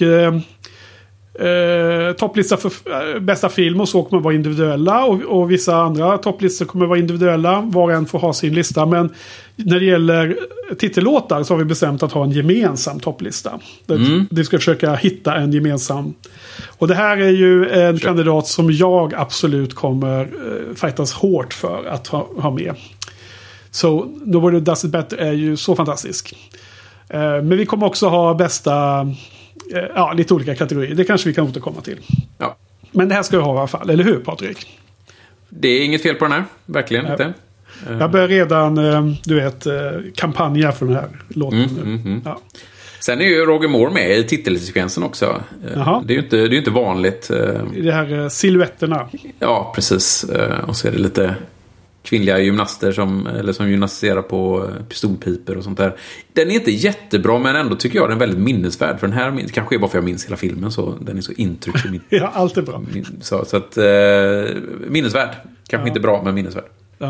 topplistor för bästa film och så kommer vara individuella. Och vissa andra topplistor kommer vara individuella. Var och en får ha sin lista. Men när det gäller titellåtar så har vi bestämt att ha en gemensam topplista. Vi ska försöka hitta en gemensam. Och det här är ju en kandidat som jag absolut kommer fightas hårt för att ha med. Så Nobody Does It Better är ju så fantastisk. Men vi kommer också ha bästa... lite olika kategorier. Det kanske vi kan återkomma till. Ja. Men det här ska vi ha i alla fall. Eller hur, Patrik? Det är inget fel på den här. Verkligen inte. Jag börjar redan, kampanja för den här låten. Ja. Sen är ju Roger Moore med i titelsekvensen också. Det är ju inte vanligt. Det här silhuetterna. Ja, precis. Och så är det lite kvinnliga gymnaster som gymnastiserar på pistolpiper och sånt där. Den är inte jättebra, men ändå tycker jag den är väldigt minnesvärd. För den här kanske är bara för jag minns hela filmen, så den är så intryckt i min... Ja, allt är bra. Så att minnesvärd. Kanske inte bra, men minnesvärd.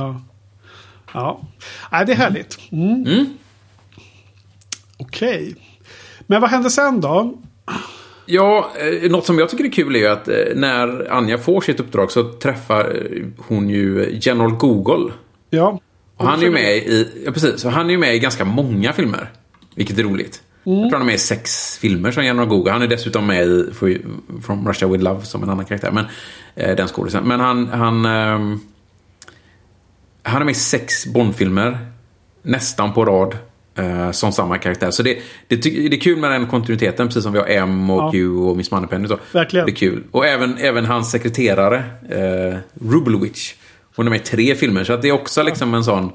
Ja. Nej, det är härligt. Okej. Men vad händer sen då? Ja, något som jag tycker är kul är ju att när Anja får sitt uppdrag så träffar hon ju General Google. Ja. Och han är ju med precis. Och han är ju med i ganska många filmer. Vilket är roligt. Jag tror han är med i 6 filmer som General Google. Han är dessutom med i From Russia With Love som en annan karaktär. Men den skådisen. Men han är med i 6 Bond-filmer. Nästan på rad. Som samma karaktär. Så det är kul med den kontinuiteten. Precis som vi har M och Q och Miss Moneypenny. Verkligen. Det är kul. Och även hans sekreterare Rubelwitch. Hon är med i 3 filmer. Så att det är också liksom en sån...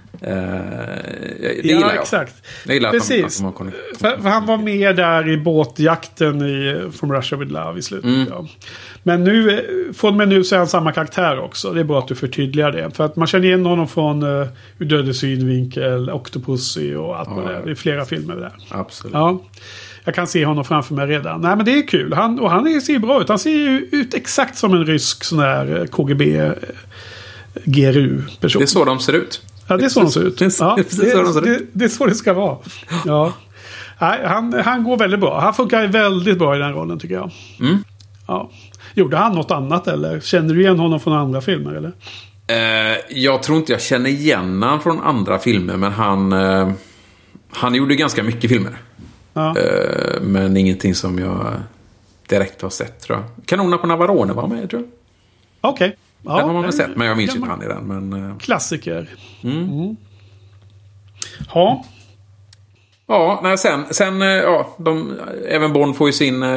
det gillar jag. Exakt. Jag gillar precis. För han var med där i båtjakten i From Russia With Love i slutet. Ja. Men nu så är han samma karaktär också. Det är bra att du förtydligar det. För att man känner igen honom från Ur dödlig synvinkel, Octopussy och allt med det. Det är flera filmer där. Absolut. Ja. Jag kan se honom framför mig redan. Nej, men det är kul. Han ser bra ut. Han ser ju ut exakt som en rysk sån här KGB GRU-person. Det är så de ser ut. Ja, det är så de ser ut. Det är så det ska vara. Ja. Nej, han går väldigt bra. Han funkar väldigt bra i den rollen tycker jag. Ja. Gjorde han något annat eller? Känner du igen honom från andra filmer eller? Jag tror inte jag känner igen honom från andra filmer. Men han gjorde ganska mycket filmer. Ja. Men ingenting som jag direkt har sett tror jag. Kanonerna på Navarone var med tror jag. Okej. Ja, den har man väl sett, men jag minns inte han i den. Men... Klassiker. Ja. Ja, nej, sen även Bond får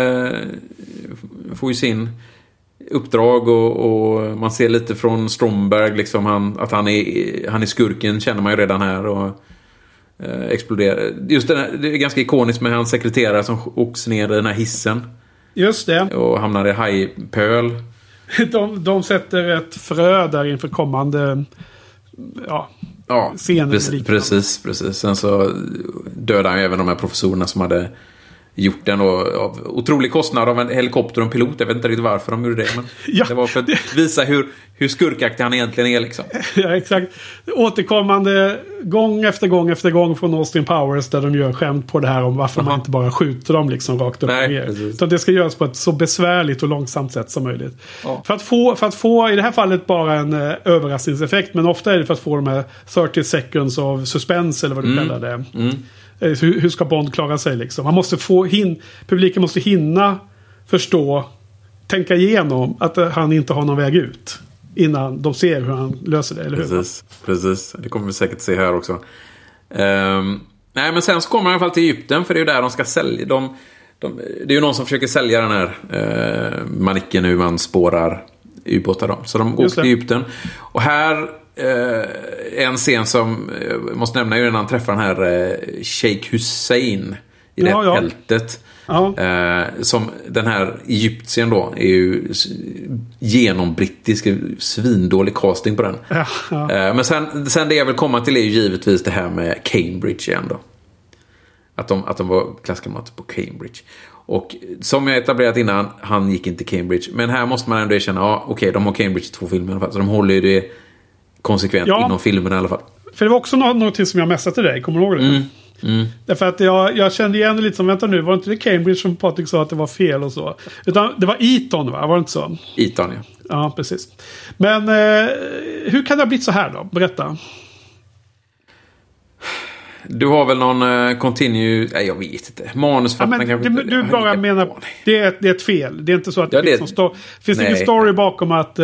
ju sin uppdrag och man ser lite från Stromberg liksom att han är skurken, känner man ju redan här, och exploderar. Just det är ganska ikoniskt med hans sekreterare som åks ner i den här hissen. Just det. Och hamnar i hajpöl. De sätter ett frö där inför kommande scener. Precis. Sen så dödade han ju även de här professorerna som hade gjort den av otrolig kostnad av en helikopter och en pilot. Jag vet inte riktigt varför de gjorde det, men det var för att visa hur skurkaktig han egentligen är liksom. Ja, exakt. Återkommande gång efter gång från Austin Powers där de gör skämt på det här om varför man inte bara skjuter dem liksom rakt upp och ner. Utan det ska göras på ett så besvärligt och långsamt sätt som möjligt. Ja. För att få i det här fallet bara en överraskningseffekt, men ofta är det för att få de här 30 seconds av suspense eller vad du kallar det. Hur ska Bond klara sig liksom? Man måste publiken måste hinna förstå, tänka igenom att han inte har någon väg ut innan de ser hur han löser det, eller hur? Precis. Det kommer vi säkert se här också. Nej, men sen så kommer han i alla fall till Egypten, för det är ju där de ska sälja. Det är ju någon som försöker sälja den här manicken hur man spårar ubåtar då. Så de åker till Egypten. Och här en scen som jag måste nämna är ju när han träffar den här Sheikh Hussein i det tältet. Ja. Som den här egyptien då är ju genombrittisk, svindålig casting på den. Men sen det jag vill komma till är ju givetvis det här med Cambridge igen då. Att de var klasskamrater på Cambridge. Och som jag etablerat innan, han gick inte Cambridge. Men här måste man ändå erkänna, okej, de har Cambridge i 2 filmer i alla fall. Så de håller ju det konsekvent inom filmen i alla fall. För det var också någonting som jag messade till dig, kommer du ihåg det? Därför att jag kände igen det lite som, vänta nu, var det inte det Cambridge som Patrik sa att det var fel och så? Utan det var Eton, va? Var det inte så? Eton, ja. Ja, precis. Men hur kan det ha blivit så här då? Berätta. Du har väl någon continue... Nej, jag vet inte. Manusförfattaren kanske inte... Du bara menar... Det är ett fel. Det är inte så att det finns ingen story bakom att...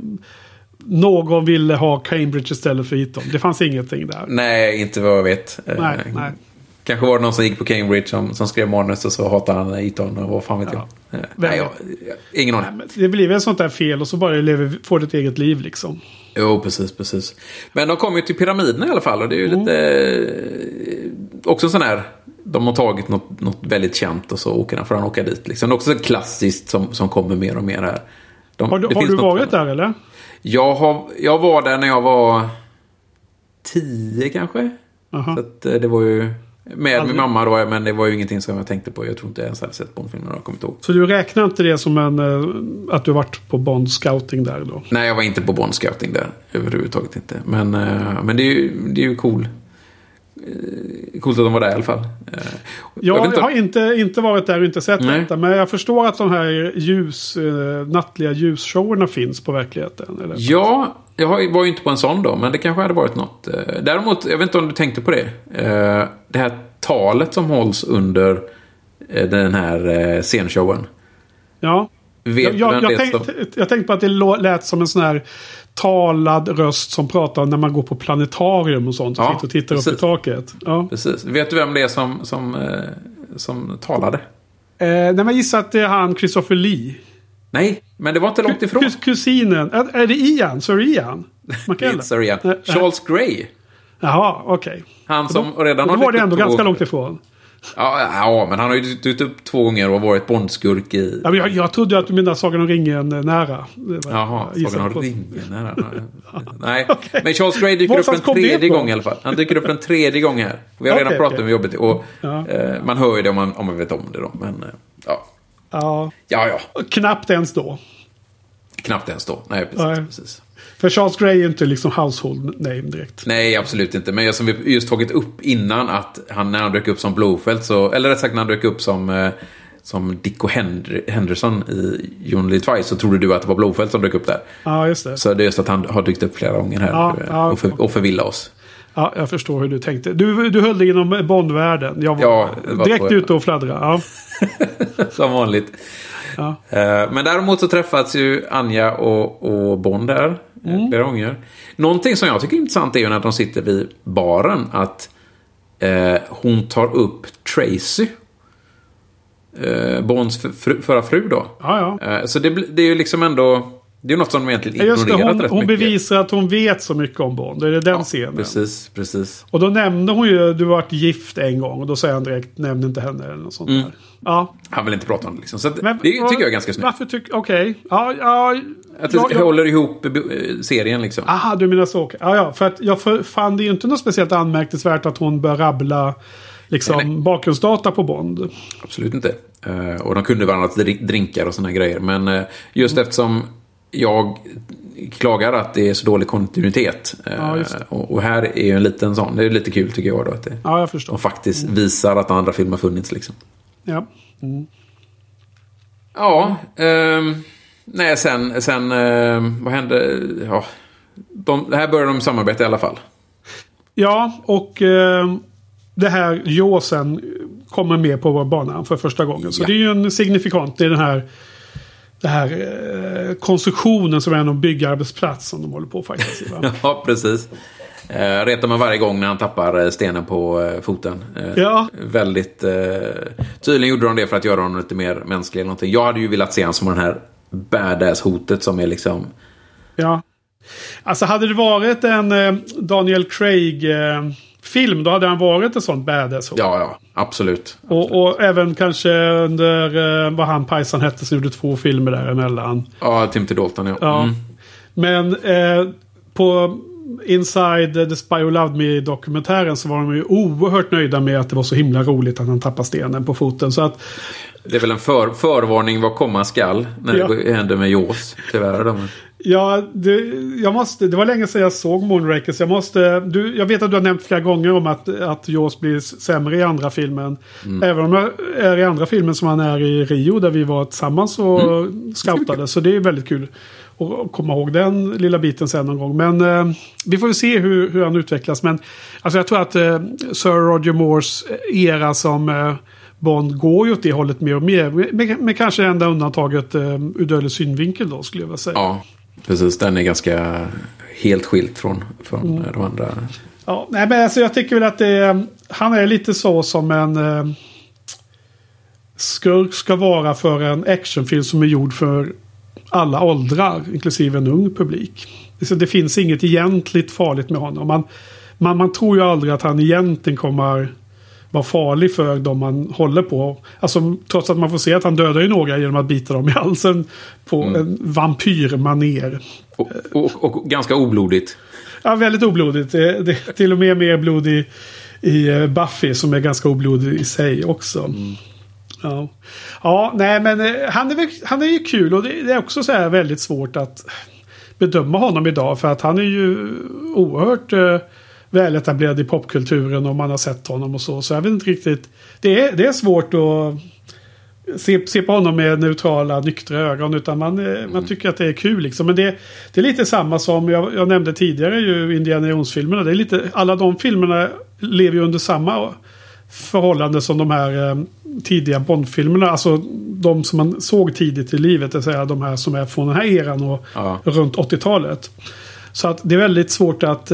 någon ville ha Cambridge istället för Eton. Det fanns ingenting där. Nej, inte vad jag vet. Nej. Kanske var det någon som gick på Cambridge som skrev manus och så hatade han Eton och vad fan vet jag. Nej, ingen aning. Det blir väl sånt där fel och så bara får det ett eget liv liksom. Jo, precis. Men de kommer ju till pyramiderna i alla fall och det är ju lite... också sån här... De har tagit något väldigt känt och så får han åka dit. Liksom. Det är också klassiskt som kommer mer och mer här. Har du varit där eller? Jag var där när jag var 10 kanske. Så att det var ju med min mamma då, men det var ju ingenting som jag tänkte på. Jag tror inte jag ens hade sett Bondfilmer när jag kommit ihåg. Så du räknar inte det som att du varit på Bond scouting där då? Nej, jag var inte på Bond scouting där överhuvudtaget inte. Men det är ju cool. Coolt att de var där i alla fall. Jag har inte varit där och inte sett detta. Men jag förstår att de här nattliga ljusshowerna finns på verkligheten. Eller? Ja, jag var ju inte på en sån då. Men det kanske hade varit något. Däremot, jag vet inte om du tänkte på det. Det här talet som hålls under den här scenshowen. Ja. Jag tänkte på att det lät som en sån här talad röst som pratar när man går på planetarium och sånt och tittar upp i taket. Ja. Precis. Vet du vem det är som talade? När man gissar att det är han Christopher Lee. Nej, men det var inte långt ifrån. Kusinen. Är det Ian? Sir Ian? Sir Ian. Charles Grey. Jaha, okej. Han som redan har... Då var det ändå ganska långt ifrån. Ja, men han har ju dykt upp 2 gånger och varit Bondskurk i... Ja, men jag trodde att du menade Sagan om ringen nära. Jaha, Sagan om ringen nära. Nej, okay. Men Charles Grey dyker upp en 3:e gång i alla fall. Han dyker upp en 3:e gång här. Vi har redan pratat om jobbet och man hör ju det om man vet om det då. Men ja. Knappt ens då. Nej, precis. För Charles Grey är inte liksom household name direkt. Nej, absolut inte. Men som vi just tagit upp innan att när han dök upp som Blofeld eller rätt sagt när han dök upp som Dicko Henderson i You Only Live Twice så trodde du att det var Blofeld som dök upp där. Ja, just det. Så det är just att han har dykt upp flera gånger här och förvilla oss. Ja, jag förstår hur du tänkte. Du höll dig inom Bondvärlden. Jag var direkt ute och fladdra. Ja. Som vanligt. Ja. Men däremot så träffats ju Anja och Bond där flera gånger. Någonting som jag tycker är intressant är ju när de sitter vid baren att hon tar upp Tracy. Bonds förra fru då. Ja. Så det är ju liksom ändå... Det är något som de egentligen Just ignorerat det, rätt hon mycket. bevisar att hon vet så mycket om Bond. Det är den scenen. Precis. Och då nämnde hon ju du varit gift en gång. Och då säger han direkt, nämn inte henne eller något sånt där. Ja. Han vill inte prata om det liksom. Så det tycker jag är ganska snyggt. Varför Okej. Ja. Att det håller ihop serien liksom. Aha, du menar så. Ja, för att jag fann det ju inte något speciellt anmärkningsvärt att hon bör rabbla liksom bakgrundsdata på Bond. Absolut inte. Och de kunde varandras drinkar och såna grejer. Men just eftersom jag klagar att det är så dålig kontinuitet. Och här är ju en liten sån. Det är lite kul tycker jag då. Att det, jag förstår. Och faktiskt visar att andra filmer funnits liksom. Ja. Ja. Nej, sen vad hände? Ja, det här började de samarbeta i alla fall. Ja, och det här Jåsen kommer med på vår bana för första gången. Så det är ju en signifikant. Det är den här konstruktionen som är en byggarbetsplats som de håller på faktiskt. Ja, precis. Retar man varje gång när han tappar stenen på foten. Väldigt tydligen gjorde de det för att göra honom lite mer mänsklig eller någonting. Jag hade ju velat se han som den här badass-hotet som är liksom... Ja. Alltså hade det varit en Daniel Craig-film då hade han varit ett sånt badass-hot. Ja, absolut. Och även kanske under vad han Pajsan hette som gjorde 2 filmer däremellan. Ja, Timothy Dalton, ja. Men på Inside the Spy Who Loved Me-dokumentären så var de ju oerhört nöjda med att det var så himla roligt att han tappade stenen på foten. Så att... Det är väl en förvarning vad komma skall när det händer med Jaws, tyvärr. Ja, det var länge sedan jag såg Moonraker. Jag vet att du har nämnt flera gånger om att Jaws blir sämre i andra filmen. Även om jag är i andra filmen som han är i Rio där vi var tillsammans och scoutade. Så det är väldigt kul att komma ihåg den lilla biten sen någon gång. Men vi får ju se hur han utvecklas. Men alltså jag tror att Sir Roger Moores era som... Bond går ju åt det hållet mer och mer. Med kanske det enda undantaget ur dödlig synvinkel då skulle jag vilja säga. Ja, precis. Den är ganska helt skilt från de andra. Ja, nej men alltså jag tycker väl att han är lite så som en skurk ska vara för en actionfilm som är gjord för alla åldrar, inklusive en ung publik. Så det finns inget egentligt farligt med honom. Man tror ju aldrig att han egentligen kommer... var farlig för dem man håller på. Alltså trots att man får se att han dödar ju några genom att bita dem i halsen på en vampyrmaner. Och ganska oblodigt. Ja, väldigt oblodigt. Det är till och med mer blod i Buffy som är ganska oblodig i sig också. Ja, nej men han är ju kul och det är också så här väldigt svårt att bedöma honom idag för att han är ju oerhört... väl etablerad i popkulturen och man har sett honom och så jag vet inte riktigt det är svårt att se på honom med neutrala, nyktra ögon utan man tycker att det är kul liksom. Men det är lite samma som jag nämnde tidigare ju Indiana Jones-filmerna. Det är lite, alla de filmerna lever ju under samma förhållande som de här tidiga Bond-filmerna, alltså de som man såg tidigt i livet, det vill säga de här som är från den här eran och runt 80-talet. Så att det är väldigt svårt att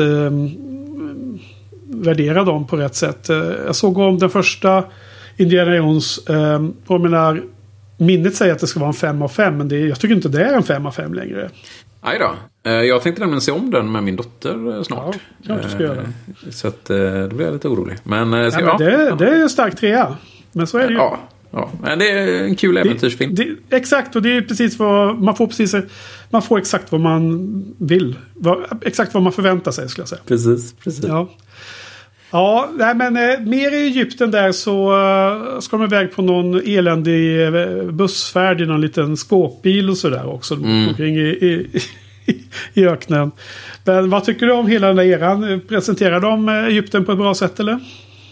värdera dem på rätt sätt. Jag såg om den första Indiana Jones och minnet säger att det ska vara en 5 av 5 men jag tycker inte det är en 5 av 5 längre. Nej då. Jag tänkte nämligen se om den med min dotter snart. Ja, klart du ska göra. Så att då blir jag lite orolig. Men, det är en stark trea. Men så är det ju. Ja, men det är en kul äventyrsfilm. Exakt, och det är precis vad man får exakt vad man vill. Exakt vad man förväntar sig skulle jag säga. Precis. Ja, nej, men mer i Egypten där så ska de iväg på någon eländig bussfärd i någon liten skåpbil och sådär också. Omkring i öknen. Men vad tycker du om hela den där eran? Presenterar de Egypten på ett bra sätt eller?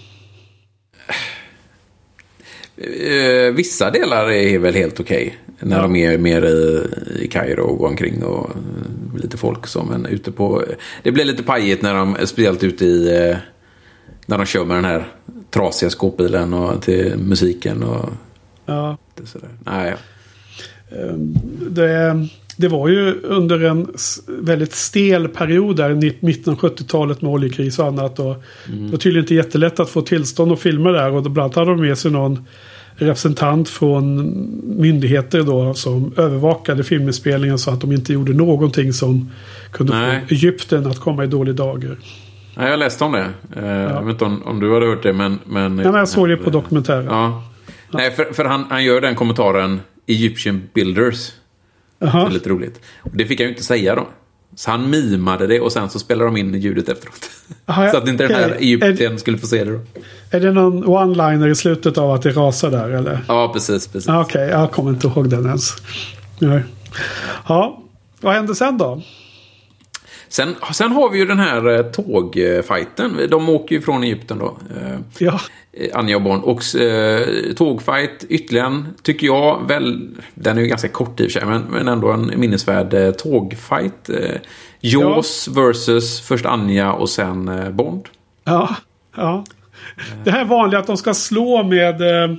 Vissa delar är väl helt okej. När de är mer i Kairo och går omkring och lite folk som en ute på... Det blir lite pajigt när de speciellt ute i... När de kör med den här trasiga skåpbilen och till musiken och... Ja. Det sådär. Nej. det var ju under en väldigt stel period där i mitten av 70-talet med oljekris och annat. Och det var tydligen inte jättelätt att få tillstånd och filma där. Och bland annat hade de med sig någon representant från myndigheter då som övervakade filminspelningen så att de inte gjorde någonting som kunde få Egypten att komma i dålig dager. Nej, jag läste om det. Jag vet inte om du hade hört det, men jag såg det på dokumentären. Ja. Nej, för han gör den kommentaren Egyptian Builders. Det är lite roligt. Och det fick jag ju inte säga då. Så han mimade det och sen så spelar de in ljudet efteråt. Så att inte den här Egypten skulle få se det då. Är det någon one-liner i slutet av att det rasar där eller? Ja, precis. Okej, jag kommer inte ihåg den ens. Nej. Ja, vad hände sen då? Sen har vi ju den här tågfighten. De åker ju från Egypten då. Ja. Anja och Bond. Och tågfight ytterligare tycker jag väl. Den är ju ganska kort i och för sig. Men ändå en minnesvärd tågfight. Jaws versus först Anja och sen Bond. Ja. Det här är vanligt att de ska slå med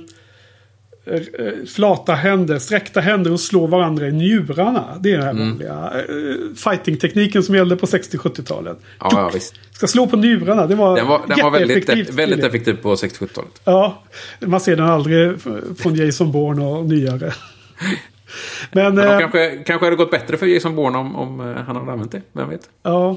flata händer, sträckta händer och slå varandra i njurarna. Det är den här vanliga fighting-tekniken som gällde på 60-70-talet. Ja, visst. Ska slå på njurarna. Den var väldigt effektiv på 60-70-talet. Ja, man ser den aldrig från Jason Bourne och nyare. Men kanske hade gått bättre för Jason Bourne om han hade använt det. Vem vet? Ja.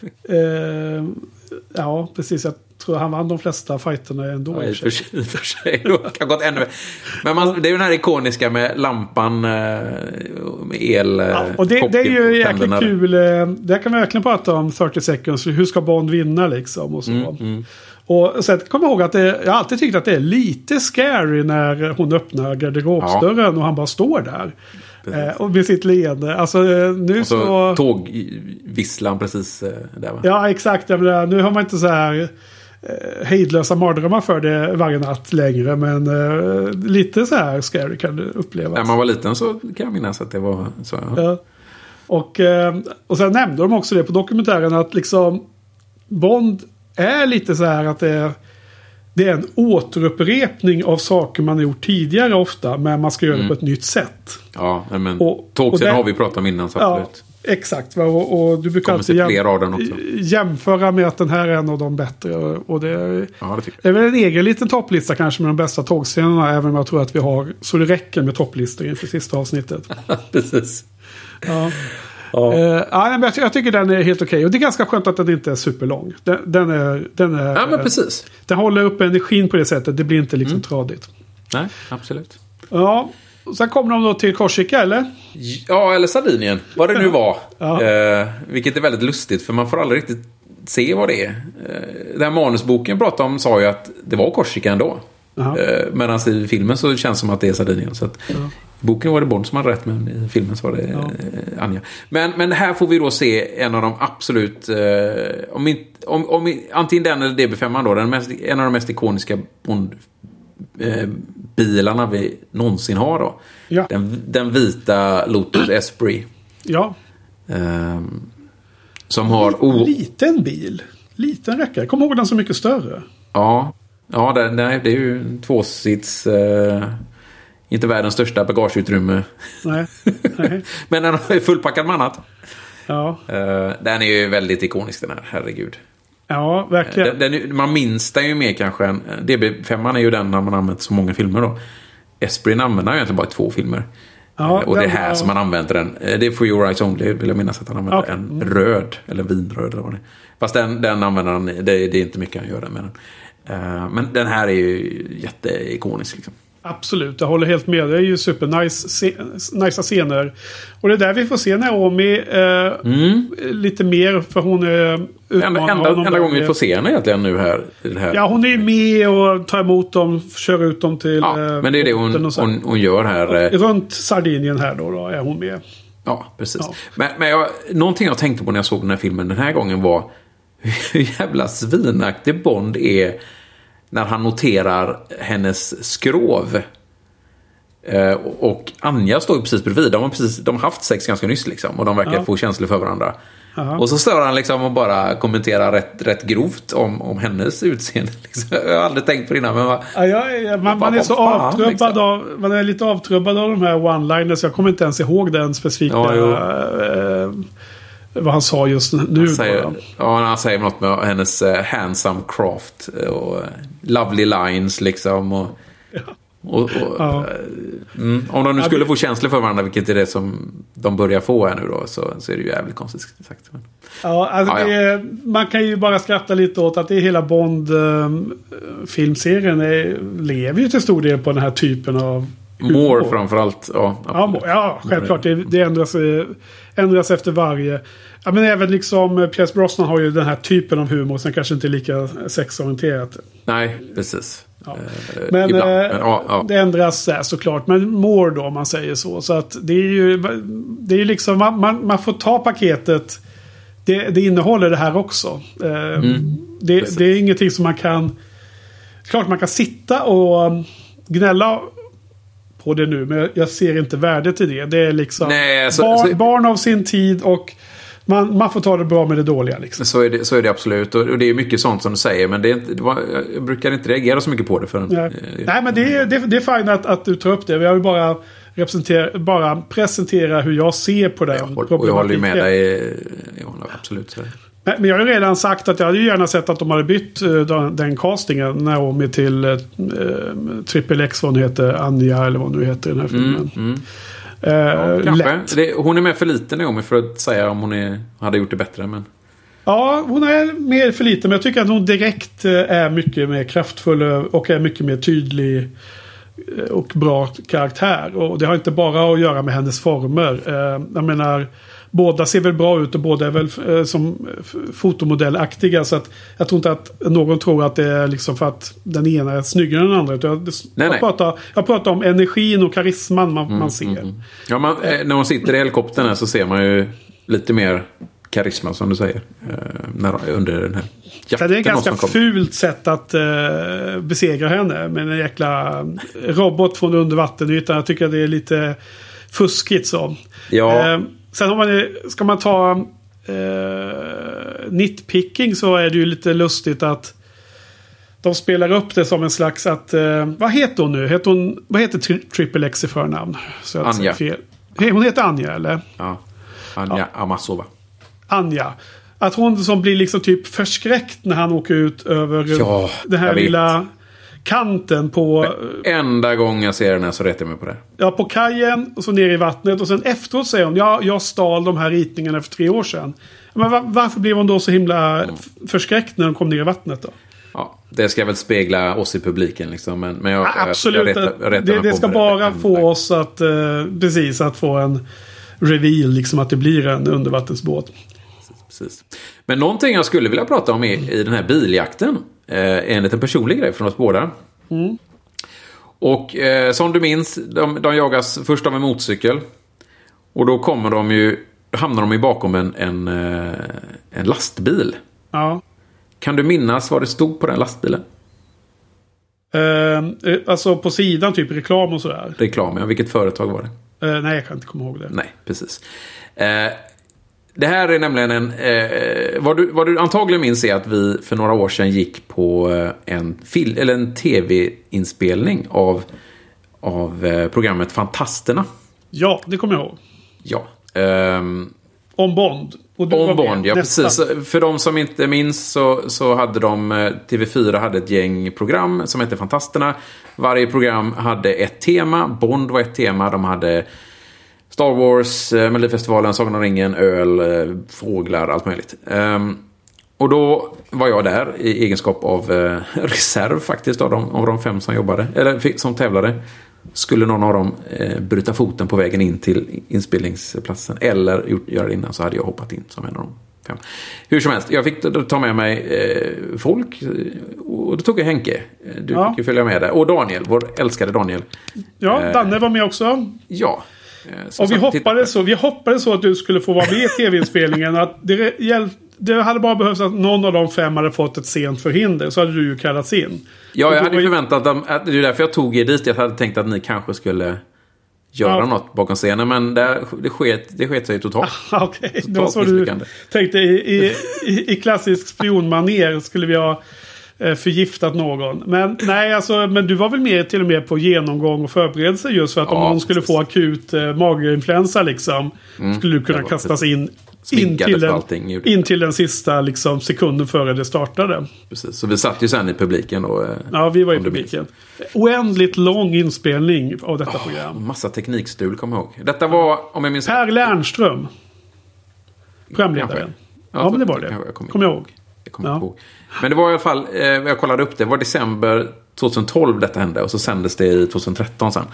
Ja, precis. Jag tror han vann de flesta fighterna ändå. Ja, i och för sig. Det kan gått ännu mer. Men det är ju den här ikoniska med lampan med el. Ja, och det är ju jäkligt kul. Där kan man verkligen prata om 30 seconds. Hur ska Bond vinna liksom och så. Och sen kommer jag ihåg att jag alltid tyckt att det är lite scary när hon öppnar garderobsdörren och han bara står där. Och med sitt leende. Alltså nu och så tågvisslan precis där va? Ja, exakt. Jag menar, nu har man inte så här hejdlösa mardrömmar för det varje natt längre. Men lite så här scary kan det upplevas. När man var liten så kan jag minnas att det var så. Ja. Och sen nämnde de också det på dokumentären att liksom Bond är lite så här att det är en återupprepning av saker man har gjort tidigare ofta. Men man ska göra det på ett nytt sätt. Ja, men tågscenen har vi pratat om innan så absolut. Ja, exakt. Och du brukar alltid jämföra med att den här är en av de bättre. Och det är väl en egen liten topplista kanske med de bästa tågscenerna. Även om jag tror att vi har så det räcker med topplistor inför sista avsnittet. Precis. Ja. Men jag tycker den är helt okej. Och det är ganska skönt att den inte är superlång. Den är ja, men precis. Den håller upp energin på det sättet. Det blir inte liksom tradigt. Nej, absolut. Ja. Sen kommer de då till Korsika, eller? Ja, eller Sardinien. Vad det nu var. Vilket är väldigt lustigt. För man får aldrig riktigt se vad det är. Den här manusboken pratade om sa ju att det var Korsika ändå. Medan i filmen så känns det som att det är Sardinien. Så att i boken var det Bond som hade rätt, men i filmen så var det Anja. Men här får vi då se en av de absolut antingen den eller DB5 då, en av de mest ikoniska Bond bilarna vi någonsin har då. Ja. Den vita Lotus Esprit. Ja. Som har liten bil. Liten räcka. Jag kommer ihåg den så mycket större. Ja, det är ju en tvåsits inte världens största bagageutrymme. Nej. Men den är fullpackad med annat. Ja. Den är ju väldigt ikonisk den här, herregud. Ja, verkligen. Man minns den ju mer kanske än DB5 är ju den när man använt så många filmer då. Esprit använder ju egentligen bara 2 filmer. Ja, och det är här som man använder den. Det är For Your Eyes Only, vill jag minnas att han använder en röd eller vinröd eller vad det är. Fast den använder han, det är inte mycket han gör den med den. Men den här är ju jätteikonisk liksom. Absolut, jag håller helt med. Det är ju nice scener. Och det är där vi får se Naomi lite mer. För hon är enda gången vi får se henne egentligen nu här. Ja, hon är med och tar emot dem, kör ut dem till... Ja, men det är det hon gör här. Runt Sardinien här då är hon med. Ja, precis. Ja. Men någonting jag tänkte på när jag såg den här filmen den här gången var hur jävla svinaktig Bond är när han noterar hennes skrov. Och Anja står ju precis bredvid. De har haft sex ganska nyss liksom. Och de verkar få känslor för varandra. Aha. Och så står han liksom och bara kommenterar rätt grovt om hennes utseende. Liksom. Jag har aldrig tänkt på det innan. Men man är så avtrubbad liksom. man är lite avtrubbad av de här one-liners. Jag kommer inte ens ihåg den specifika vad han sa just nu. Han säger något med hennes handsome craft och lovely lines liksom om de nu skulle få känslor för varandra, vilket är det som de börjar få här nu då, så är det ju jävligt konstigt sagt. Man kan ju bara skratta lite åt att det hela Bond-filmserien lever ju till stor del på den här typen av More framförallt. Ja, självklart. Det ändras efter varje. Ja, men även liksom Pierce Brosnan har ju den här typen av humor som kanske inte är lika sexorienterat. Nej, precis. Ja. Men det ändras såklart. Men More då, om man säger så. Så att det är ju liksom man får ta paketet. Det innehåller det här också. Det är ingenting som man kan. Klart man kan sitta och gnälla på det nu, men jag ser inte värdet i det. Det är liksom barn av sin tid och man får ta det bra med det dåliga. Liksom. Så är det absolut. Och det är mycket sånt som du säger, men jag brukar inte reagera så mycket på det. Nej, men det är fint att du tar upp det. Jag vill bara presentera hur jag ser på det. Och jag håller ju med dig. Absolut. Så. Men jag har ju redan sagt att jag hade gärna sett att de hade bytt den castingen Naomi till Triple X, vad hon heter, Anja eller vad hon nu heter i den här filmen. Hon är med för liten Naomi för att säga om hon hade gjort det bättre. Men... Ja, hon är mer för liten, men jag tycker att hon direkt är mycket mer kraftfull och är mycket mer tydlig och bra karaktär. Och det har inte bara att göra med hennes former. Jag menar, båda ser väl bra ut och båda är väl som fotomodellaktiga, så att jag tror inte att någon tror att det är liksom för att den ena är snyggare än den andra. Jag pratar om energin och karisman man ser. Ja, när hon sitter i helikoptern här så ser man ju lite mer karisma, som du säger, under den här jakten. Det är ett ganska fult sätt att besegra henne med en jäkla robot från undervattenytan. Jag tycker att det är lite fuskigt så. Ja. Sen ska man ta nitpicking, så är det ju lite lustigt att de spelar upp det som en slags att vad heter hon nu? Vad heter Triple X i förnamn? Så att Anja. Fel. Hon heter Anja, eller? Ja. Anja Amasova. Anja. Att hon som blir liksom typ förskräckt när han åker ut över den här lilla kanten på... Enda gången jag ser den här så rätter jag mig på det. Ja, på kajen och så ner i vattnet. Och sen efteråt säger hon, jag stal de här ritningarna för 3 år sedan. Men varför blev hon då så himla förskräckt när de kom ner i vattnet då? Ja, det ska väl spegla oss i publiken liksom. Men jag, absolut. Jag rättar det ska bara få oss att att få en reveal, liksom att det blir en undervattensbåt. Precis. Men någonting jag skulle vilja prata om i den här biljakten är en liten personlig grej från oss båda. Och som du minns, de jagas först av en motorcykel. Och då hamnar de ju bakom en lastbil. Ja. Kan du minnas vad det stod på den lastbilen? Alltså på sidan, typ reklam och sådär. Reklam, ja. Vilket företag var det? Nej, jag kan inte komma ihåg det. Nej, precis. Det här är nämligen vad du antagligen minns är att vi för några år sedan gick på en tv-inspelning av programmet Fantasterna. Ja, det kommer jag ihåg. Ja. Om Bond. Om Bond, ja, precis. För de som inte minns så hade TV4 hade ett gäng program som hette Fantasterna. Varje program hade ett tema. Bond var ett tema. De hade Star Wars, Melodifestivalen, Sagan om ringen, öl, fåglar, allt möjligt. Och då var jag där i egenskap av reserv faktiskt av de 5 som jobbade, eller som tävlade. Skulle någon av dem bryta foten på vägen in till inspelningsplatsen eller göra det innan, så hade jag hoppat in som en av de 5. Hur som helst, jag fick ta med mig folk, och då tog jag Henke. Du fick ju följa med där. Och Daniel, vår älskade Daniel. Ja, Danne var med också. Ja. Och vi hoppades så att du skulle få vara med i tv-inspelningen. Att det hade bara behövts att någon av de 5 hade fått ett sent förhinder, så hade du ju kallats in. Ja, jag hade förväntat att det är därför jag tog er dit. Jag hade tänkt att ni kanske skulle göra något bakom scenen. Men det sket sig totalt. Okej, det var så du tänkte i klassisk spionmanér skulle vi ha förgiftat någon. Men nej, alltså, men du var väl med till och med på genomgång och förberedelse just för att om någon skulle få akut maginfluensa liksom, skulle du kunna kastas in till den sista liksom, sekunden före det startade. Precis, så vi satt ju sen i publiken då. Ja, vi var i publiken. Oändligt lång inspelning av detta program. Massa teknikstul, kommer jag ihåg. Detta var, om jag minns... Per Lernström. Programledaren. Ja, men det var det. Kommer jag ihåg. Jag kommer ihåg. Men det var i alla fall, jag kollade upp det, var december 2012 detta hände och så sändes det i 2013 sen.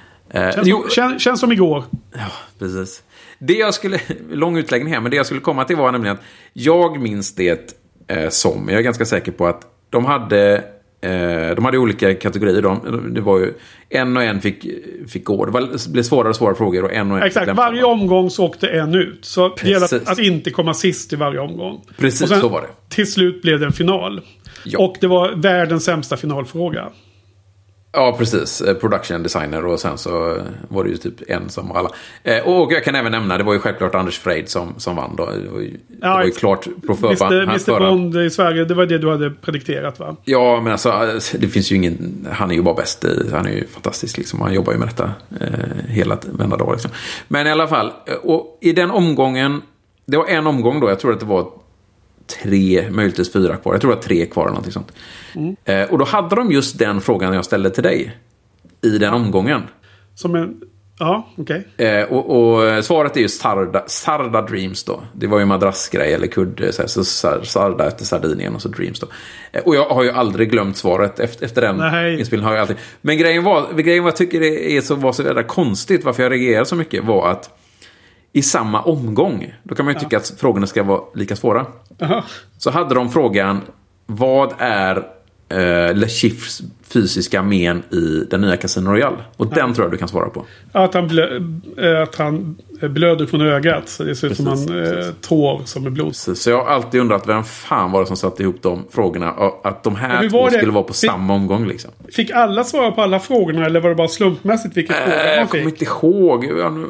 Känns som igår. Ja, precis. Det jag skulle, lång utläggning här, men det jag skulle komma till var nämligen att jag minns det som, jag är ganska säker på att de hade olika kategorier. Det var ju en och en fick gå. Det blev svårare och svårare frågor och en. Exakt, varje omgång så åkte en ut. Så det gäller att inte komma sist i varje omgång. Precis, och sen, så var det. Till slut blev det en final. Ja. Och det var världens sämsta finalfråga. Ja, precis. Production designer och sen så var det ju typ en som alla. Och jag kan även nämna, det var ju självklart Anders Freid som vann då. Det var ju klart på förhand. Mr. Bond i Sverige, det var det du hade predikterat, va? Ja, men alltså det finns ju ingen, han är ju bara bäst, han är ju fantastisk liksom. Han jobbar ju med detta varenda dag liksom. Men i alla fall, och i den omgången, det var en omgång då, jag tror att det var 3, möjligtvis 4 kvar. Jag tror att 3 kvar eller någonting sånt. Och då hade de just den frågan jag ställde till dig i den omgången. Som en... Ja, okej. Och svaret är ju Sarda Dreams då. Det var ju madrassgrej eller kudde. Så Sarda efter Sardinien och så Dreams då. Och jag har ju aldrig glömt svaret efter den inspelningen. Har jag alltid. Men grejen var jag tycker det var så jävla konstigt varför jag reagerade så mycket var att i samma omgång, då kan man ju tycka att frågorna ska vara lika svåra. Så hade de frågan, vad är Le Chiffres fysiska men i den nya Casino Royale? Och den tror jag du kan svara på. Att han blöder från ögat. Så det ser ut som en tår som är blod. Precis. Så jag har alltid undrat vem fan var det som satte ihop de frågorna. Att de här två skulle vara på samma omgång liksom. Fick alla svara på alla frågorna eller var det bara slumpmässigt vilka frågor man fick? Jag kommer inte ihåg.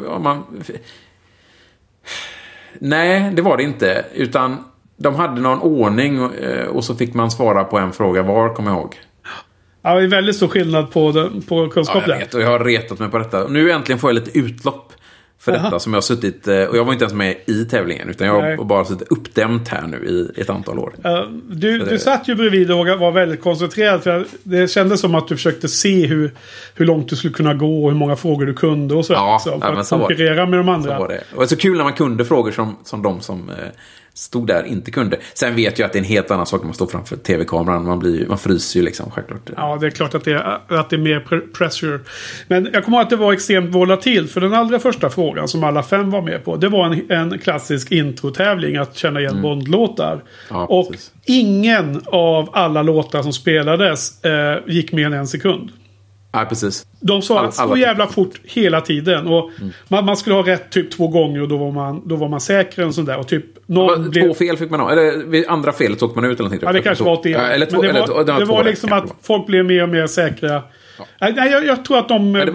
Nej, det var det inte. Utan de hade någon ordning och så fick man svara på en fråga var, kommer jag ihåg. Ja, det är väldigt stor skillnad på kunskap där. Jag vet, och jag har retat mig på detta. Nu äntligen får jag lite utlopp för detta som jag har suttit, och jag var inte ens med i tävlingen utan jag har bara suttit uppdämt här nu i ett antal år. Du satt ju bredvid och var väldigt koncentrerad för det kändes som att du försökte se hur långt du skulle kunna gå och hur många frågor du kunde och så. Ja, för att konkurrera med de andra. Så var det. Och det var så kul när man kunde frågor som de som stod där inte kunde. Sen vet jag att det är en helt annan sak när man står framför tv-kameran. Man fryser ju liksom, självklart. Ja, det är klart att det är mer pressure. Men jag kommer ihåg att det var extremt volatilt. För den allra första frågan som alla 5 var med på, det var en klassisk introtävling att känna igen Bond-låtar. Ja, och precis. Ingen av alla låtar som spelades gick mer än 1 sekund. Ja, precis. De sa så jävla fort hela tiden. Och man skulle ha rätt typ 2 gånger och då var man säker och sånt där. Och typ två fel fick man ha. Eller vid andra felet tog man ut eller någonting. Ja, det kanske var 81. Eller det var liksom att folk blev mer och mer säkra. Ja. Jag tror att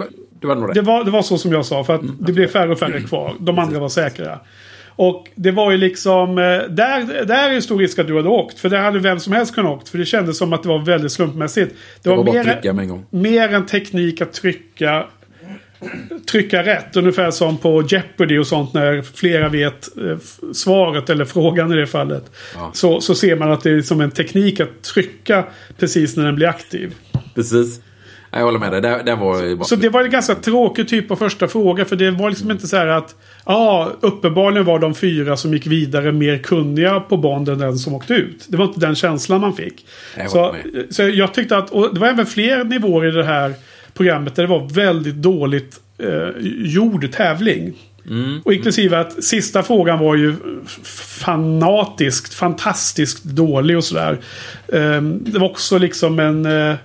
det var så som jag sa. För att det blev färre och färre kvar. De andra var säkra. Och det var ju liksom där är ju stor risk att du hade åkt. För där hade vem som helst kunnat åkt. För det kändes som att det var väldigt slumpmässigt. Det var mer en teknik att trycka rätt. Ungefär som på Jeopardy och sånt. När flera vet svaret eller frågan i det fallet. Ja. Så ser man att det är som en teknik att trycka precis när den blir aktiv. Precis. Jag håller med dig. Det var bara... Så det var en ganska tråkig typ av första fråga. För det var liksom inte så här att uppenbarligen var de 4 som gick vidare mer kunniga på Bond än den som åkte ut. Det var inte den känslan man fick. Så jag tyckte att, och det var även fler nivåer i det här programmet där det var väldigt dåligt gjord tävling. Och inklusive att sista frågan var ju fantastiskt dålig och sådär. Det var också liksom en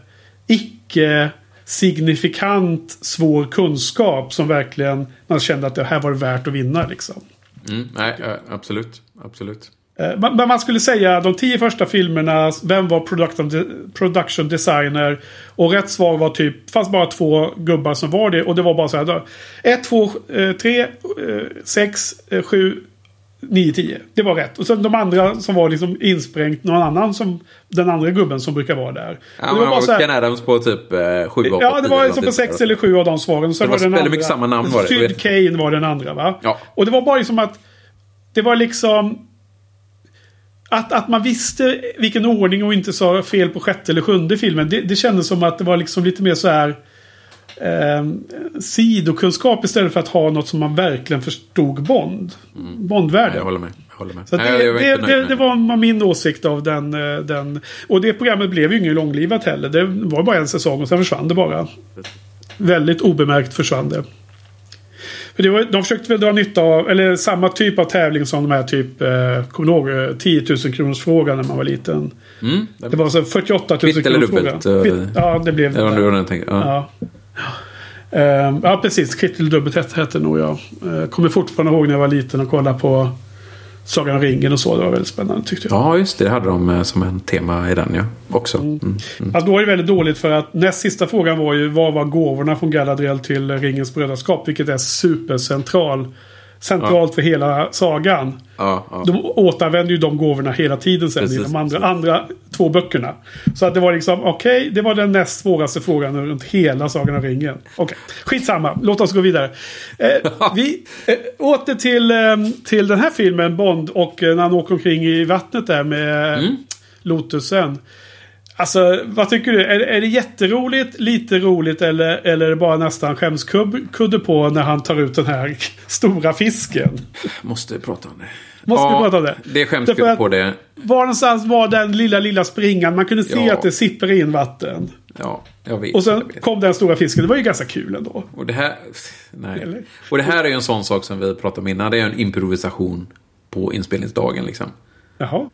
icke-signifikant svår kunskap som verkligen man kände att det här var värt att vinna liksom. Nej, absolut. Men man skulle säga de 10 första filmerna, vem var production designer, och rätt svar var typ, fanns bara 2 gubbar som var det, och det var bara så här 1, 2, 3, 6, 7, 9, 10. Det var rätt. Och sen de andra som var liksom insprängt någon annan, som den andra gubben som brukar vara där. Ja, och det var bara så här, Ken Adams på typ 7 år. Ja, det var liksom på 6 eller 7 av de svaren. Och sen det var den väldigt andra, mycket samma namn var det. Syd Kane var den andra, va? Ja. Och det var bara liksom att det var liksom att man visste vilken ordning och inte sa fel på 6:e eller 7:e filmen. Det kändes som att det var liksom lite mer så här sidokunskap istället för att ha något som man verkligen förstod Bondvärlden. Jag håller med. Så det var min åsikt av den. Och det programmet blev ju ingen långlivat heller. Det var bara en säsong och sen försvann det bara. Väldigt obemärkt försvann det. För de försökte väl dra nytta av, eller samma typ av tävling som de här typ, kommer ihåg, 10 000 kronors frågan när man var liten. Det var så 48 000 kronors frågan. Ja, det blev det. Ja, precis. Kvitt eller dubbelt hette nog jag. Kommer fortfarande ihåg när jag var liten och kollade på Sagan om ringen och så. Det var väldigt spännande, tyckte jag. Ja, just det. Det hade de som en tema i den, ja. Också. Alltså, då är det väldigt dåligt, för att näst sista frågan var ju, vad var gåvorna från Galadriel till Ringens brödraskap? Vilket är centralt för hela sagan. De återanvänder ju de gåvorna hela tiden sen i de andra 2 böckerna. Så att det var liksom, det var den näst svåraste frågan runt hela Sagan om ringen. Skitsamma, låt oss gå vidare. Vi åter till den här filmen, Bond, och när han åker omkring i vattnet där med Lotusen. Alltså, vad tycker du? Är det jätteroligt, lite roligt, eller är det bara nästan skämskudde på när han tar ut den här stora fisken? Måste prata om det. Prata om det. Det är skämskudde på det. Var någonstans var den lilla springan? Man kunde se att det sipprar in vatten. Ja, jag vet. Och sen kom den stora fisken. Det var ju ganska kul ändå. Och det här... Nej. Och det här är ju en sån sak som vi pratade om innan. Det är en improvisation på inspelningsdagen, liksom. Jaha.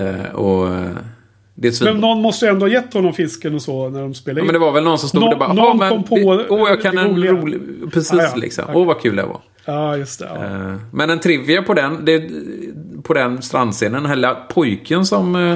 Men någon måste ju ändå ha gett honom fisken och så när de spelade in. Men det var väl någon som stod där bara... Någon kom på... jag kan en rolig... Precis, liksom. Vad kul det var. Ja, just det. Ja. Men en trivia på den... på den strandscenen. Den här pojken som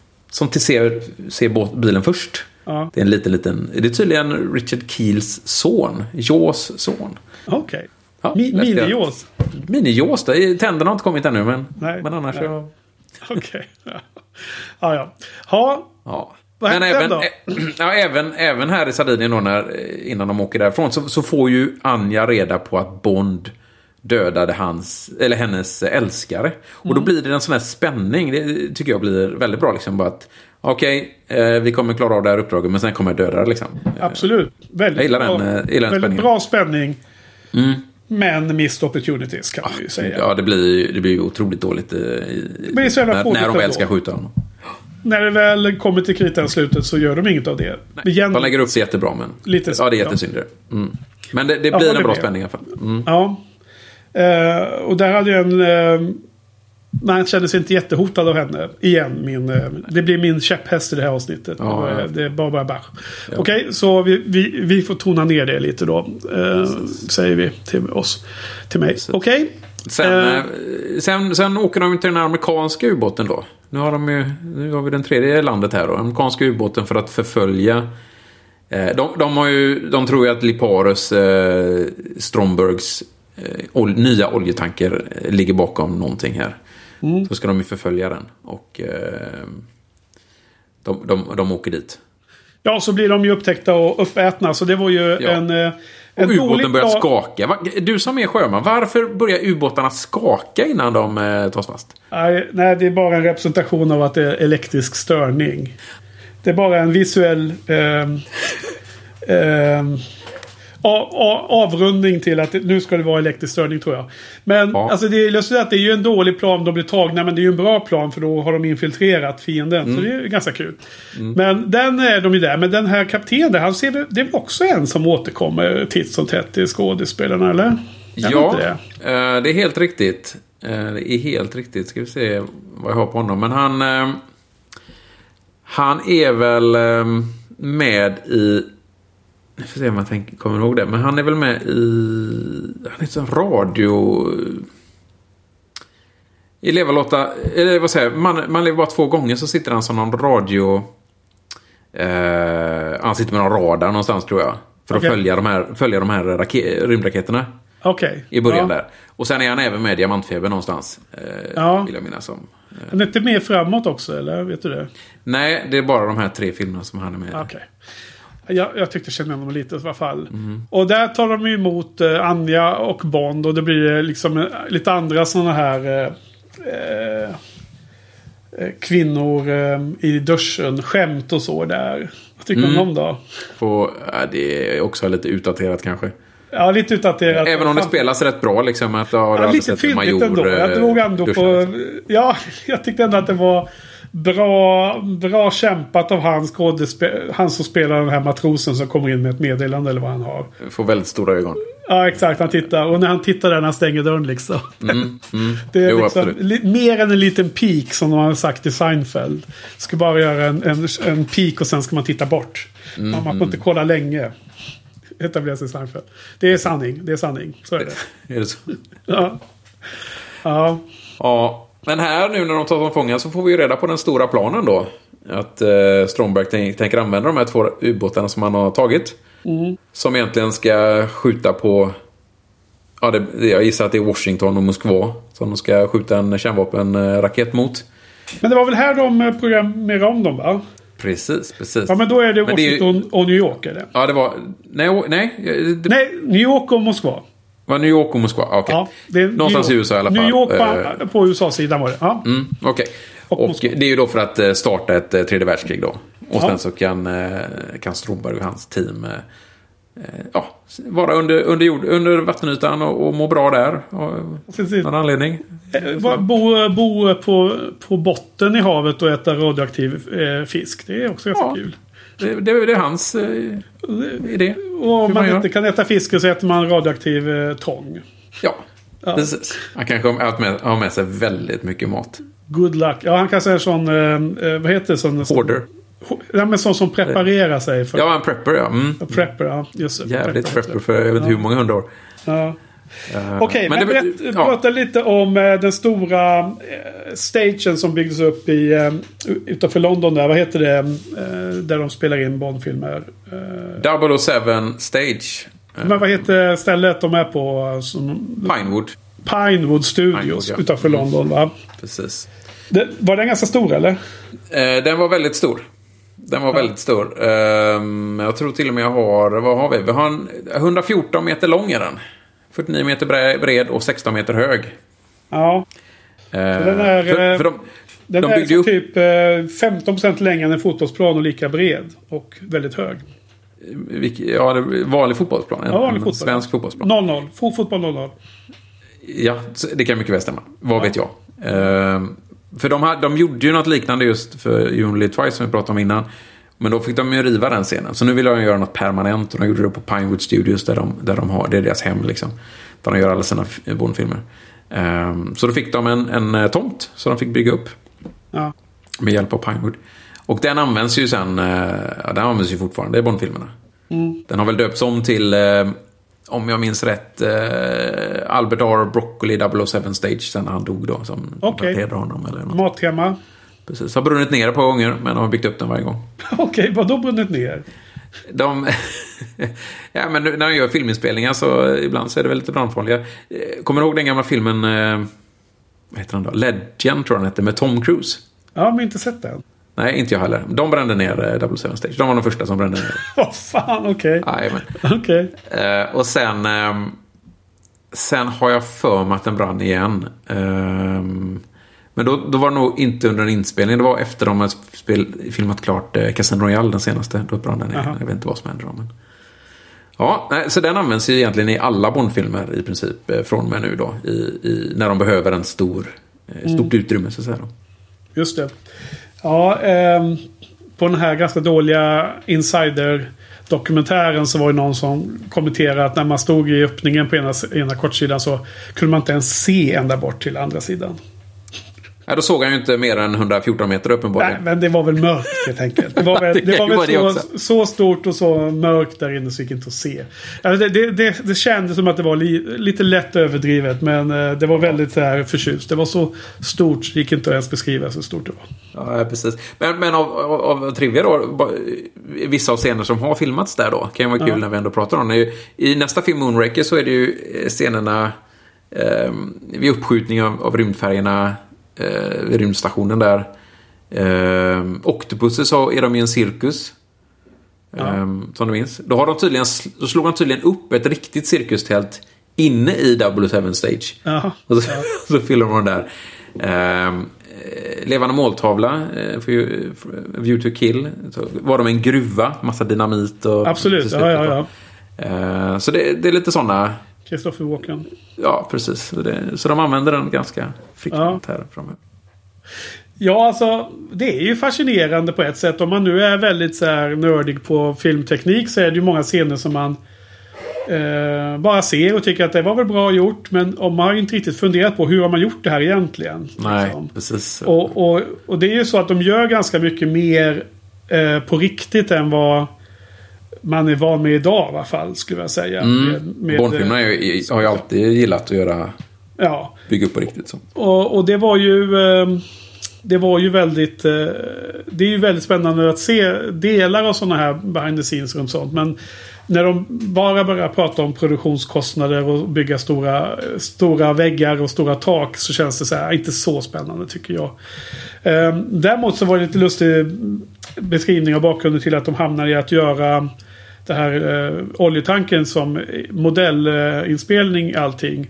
ser bilen först. Ja. Det är en liten... Det är tydligen Richard Keels son. Jaws son. Okej. Mini-Jaws. Mini-Jaws. Tänderna har inte kommit ännu, men annars... Okej. Ja. Men även här i Sardinien då, innan de åker därifrån så får ju Anja reda på att Bond dödade hennes älskare. Och då blir det en sån här spänning. Det tycker jag blir väldigt bra, liksom, bara att vi kommer klara av det här uppdraget, men sen kommer jag döda det, liksom. Absolut. Väldigt, jag gillar väldigt bra spänning. Men missed opportunities, kan man ju säga. Ja, det blir ju otroligt dåligt när de väl ska skjuta honom. När det väl kommer till kritan slutet så gör de inget av det. De lägger upp det jättebra, men det är jättesynd. Men det blir en bra spänning i alla fall. Ja. Och där hade jag man kände sig inte jättehotad av henne. Igen, det blir min käpphäst i det här avsnittet. Det är bara bach. Ja. Okej, så vi får tona ner det lite då. Säger vi till mig. Okej. Sen åker de till den amerikanska ubåten då. Nu har vi den tredje landet här då. Amerikanska ubåten för att förfölja. De tror ju att Liparus Strombergs nya oljetanker ligger bakom någonting här. Så ska de ju förfölja den. Och de åker dit. Ja, så blir de ju upptäckta och uppätna. Så det var ju en ubåten börjar skaka. Du som är sjöman, varför börjar ubåtarna skaka innan de tas fast? Nej, det är bara en representation av att det är elektrisk störning. Det är bara en visuell avrundning till att nu ska det vara elektrisk störning, tror jag. Men alltså det är lustigt att det är ju en dålig plan de blir tagna, men det är ju en bra plan, för då har de infiltrerat fienden. Så det är ganska kul. Men den är de ju där. Men den här kaptenen, det är också en som återkommer titt som tätt i skådespelarna, eller? Det är helt riktigt. Ska vi se vad jag har på honom. Men han är väl med i... Jag får se om jag kommer ihåg det. Men han är väl med i... Han är en radio... I Leva-Lotta, eller vad säger man lever bara 2 gånger, så sitter han som någon radio... han sitter med någon radar någonstans, tror jag. För att följa de här rymdraketerna. I början där. Och sen är han även med Diamantfeber någonstans. Vill jag minnas om. Han är inte med framåt också, eller? Vet du det? Nej, det är bara de här 3 filmerna som han är med. Jag tyckte känna honom lite i alla fall. Och där tar de emot Anja och Bond. Och det blir liksom lite andra sådana här kvinnor i duschen, skämt och så där. Vad tycker du om dem då? Det är också lite utdaterat kanske. Ja, lite utdaterat. Även om det spelas rätt bra liksom. Att lite fyndigt ändå. Jag drog ändå på... Ja, jag tyckte ändå att det var bra kämpat av han som spelar den här matrosen som kommer in med ett meddelande eller vad han har. Får väldigt stora ögon. Ja, exakt. Han tittar. Och när han tittar där, när han stänger dörren liksom. Det är liksom mer än en liten pik som de har sagt i Seinfeld. Ska bara göra en pik och sen ska man titta bort. Man får inte kolla länge. Etableras i Seinfeld. Det är sanning. Så är det. Är det så? Ja. Men här nu när de tar som fångar så får vi ju reda på den stora planen då. Att Stromberg tänker använda de här 2 ubåtarna som han har tagit. Som egentligen ska skjuta på... Ja, jag gissar att det är Washington och Moskva. Som de ska skjuta en kärnvapenraket mot. Men det var väl här de programmerade om dem, va? Precis. Ja, men då är det Washington och New York, är det? Ja, det var... Nej, New York och Moskva. Var New York och Moskva? Okay. Ja, det är någonstans i USA i alla fall. New York på USA-sidan var det. Ja. Okej. Och det är ju då för att starta ett 3:e världskrig då. Och sen så kan Stromberg och hans team vara under vattenytan och må bra där. Någon anledning. Bo på botten i havet och äta radioaktiv fisk. Det är också ganska kul. Det är hans idé. Och om man inte kan äta fisk så äter man radioaktiv tång. Ja, precis. Han kanske har med sig väldigt mycket mat. Good luck. Ja, han kan säga sån... vad heter det? Sån... Hoarder. Ja, men sån som preparerar sig. För... Ja, en prepper, ja. Prepper, ja. Just det. Jävligt prepper för jag vet inte hur många 100 år. Ja. Okej, men prata lite om den stora stagen som byggdes upp utanför London där. Vad heter det? Där de spelar in Bondfilmer. 007 Stage. Men vad heter stället de är på? Pinewood Studios utanför London, va? Precis. Var den ganska stor, eller? Den var väldigt stor. Väldigt stor. Jag tror till och med vad har vi? Vi har 114 meter lång är den. 49 meter bred och 16 meter hög. Ja. Den är, den är så typ 15% längre än en fotbollsplan och lika bred. Och väldigt hög. Ja, det är vanlig fotbollsplan. Ja, vanlig fotboll. Svensk fotbollsplan. 0-0. Fotboll 0-0. Ja, det kan mycket väl stämma. Vad vet jag. För de gjorde ju något liknande just för You Only Live Twice som vi pratade om innan. Men då fick de ju riva den scenen. Så nu vill de göra något permanent. Och de gjorde det på Pinewood Studios där de har, det är deras hem liksom. Där de gör alla sina Bondfilmer. Så då fick de en tomt som de fick bygga upp. Ja. Med hjälp av Pinewood. Och den används ju sen, den används ju fortfarande i Bondfilmerna. Den har väl döpts om till, om jag minns rätt, Albert R. Broccoli 007 Stage sen han dog då. Som hedrar honom eller något. Mattema. Precis, har brunnit ner ett par gånger men de har byggt upp den varje gång. Okej, vad då brunnit ner? Ja, men när de gör filminspelningar så ibland så är det väl lite brandfarliga. Kommer du ihåg den gamla filmen vad heter den då? Legend tror jag den heter, med Tom Cruise? Ja, men inte sett den. Nej, inte jag heller. De brände ner 007 Stage. De var de första som brände ner. Vad fan, okej. Okej. Och sen har jag för mig att den brann igen. Men då var det nog inte under en inspelning. Det var efter de hade filmat klart Casino Royale, den senaste. Då brann den igen. Jag vet inte vad som hände. Men... Ja, så den används ju egentligen i alla Bondfilmer i princip från och med nu då. När de behöver en stort utrymme så att säga då. Just det. Ja, på den här ganska dåliga Insider-dokumentären så var det någon som kommenterade att när man stod i öppningen på ena kortsidan så kunde man inte ens se ända bort till andra sidan. Ja, då såg han ju inte mer än 114 meter uppenbarligen. Nej, men det var väl mörkt helt enkelt. Det var väl så stort och så mörkt där inne så gick inte att se. Alltså, det kändes som att det var lite lätt överdrivet, men det var väldigt så här förtjust. Det var så stort, det gick inte att ens beskriva så stort det var. Ja, precis. Men av trivia då, vissa av scener som har filmats där då, kan ju vara kul när vi ändå pratar om det. I nästa film Moonraker så är det ju scenerna vid uppskjutning av rymdfärgerna vid rymdstationen där. Octopuses så är de i en cirkus. Som du minns. Då slog de tydligen upp ett riktigt cirkustält inne i 007 Stage. Och så fyller de där. Levande måltavla View to Kill. Så var de en gruva, massa dynamit och absolut, ja. Så det är lite sådana. Christopher Walken. Ja, precis. Så de använder den ganska frekvent här framöver. Ja, alltså det är ju fascinerande på ett sätt. Om man nu är väldigt så här nördig på filmteknik så är det ju många scener som man bara ser och tycker att det var väl bra gjort. Men om man har inte riktigt funderat på hur har man gjort det här egentligen. Nej, liksom. precis. Och det är ju så att de gör ganska mycket mer på riktigt än vad man är van med idag i alla fall, skulle jag säga. Bondfilmerna har ju alltid gillat att göra bygga upp på riktigt så. Och det var ju väldigt det är ju väldigt spännande att se delar av sådana här behind the scenes runt sånt, men när de bara börjar prata om produktionskostnader och bygga stora väggar och stora tak så känns det så här inte så spännande tycker jag. Däremot så var det lite lustig beskrivning av bakgrunden till att de hamnar i att göra det här oljetanken som modellinspelning allting.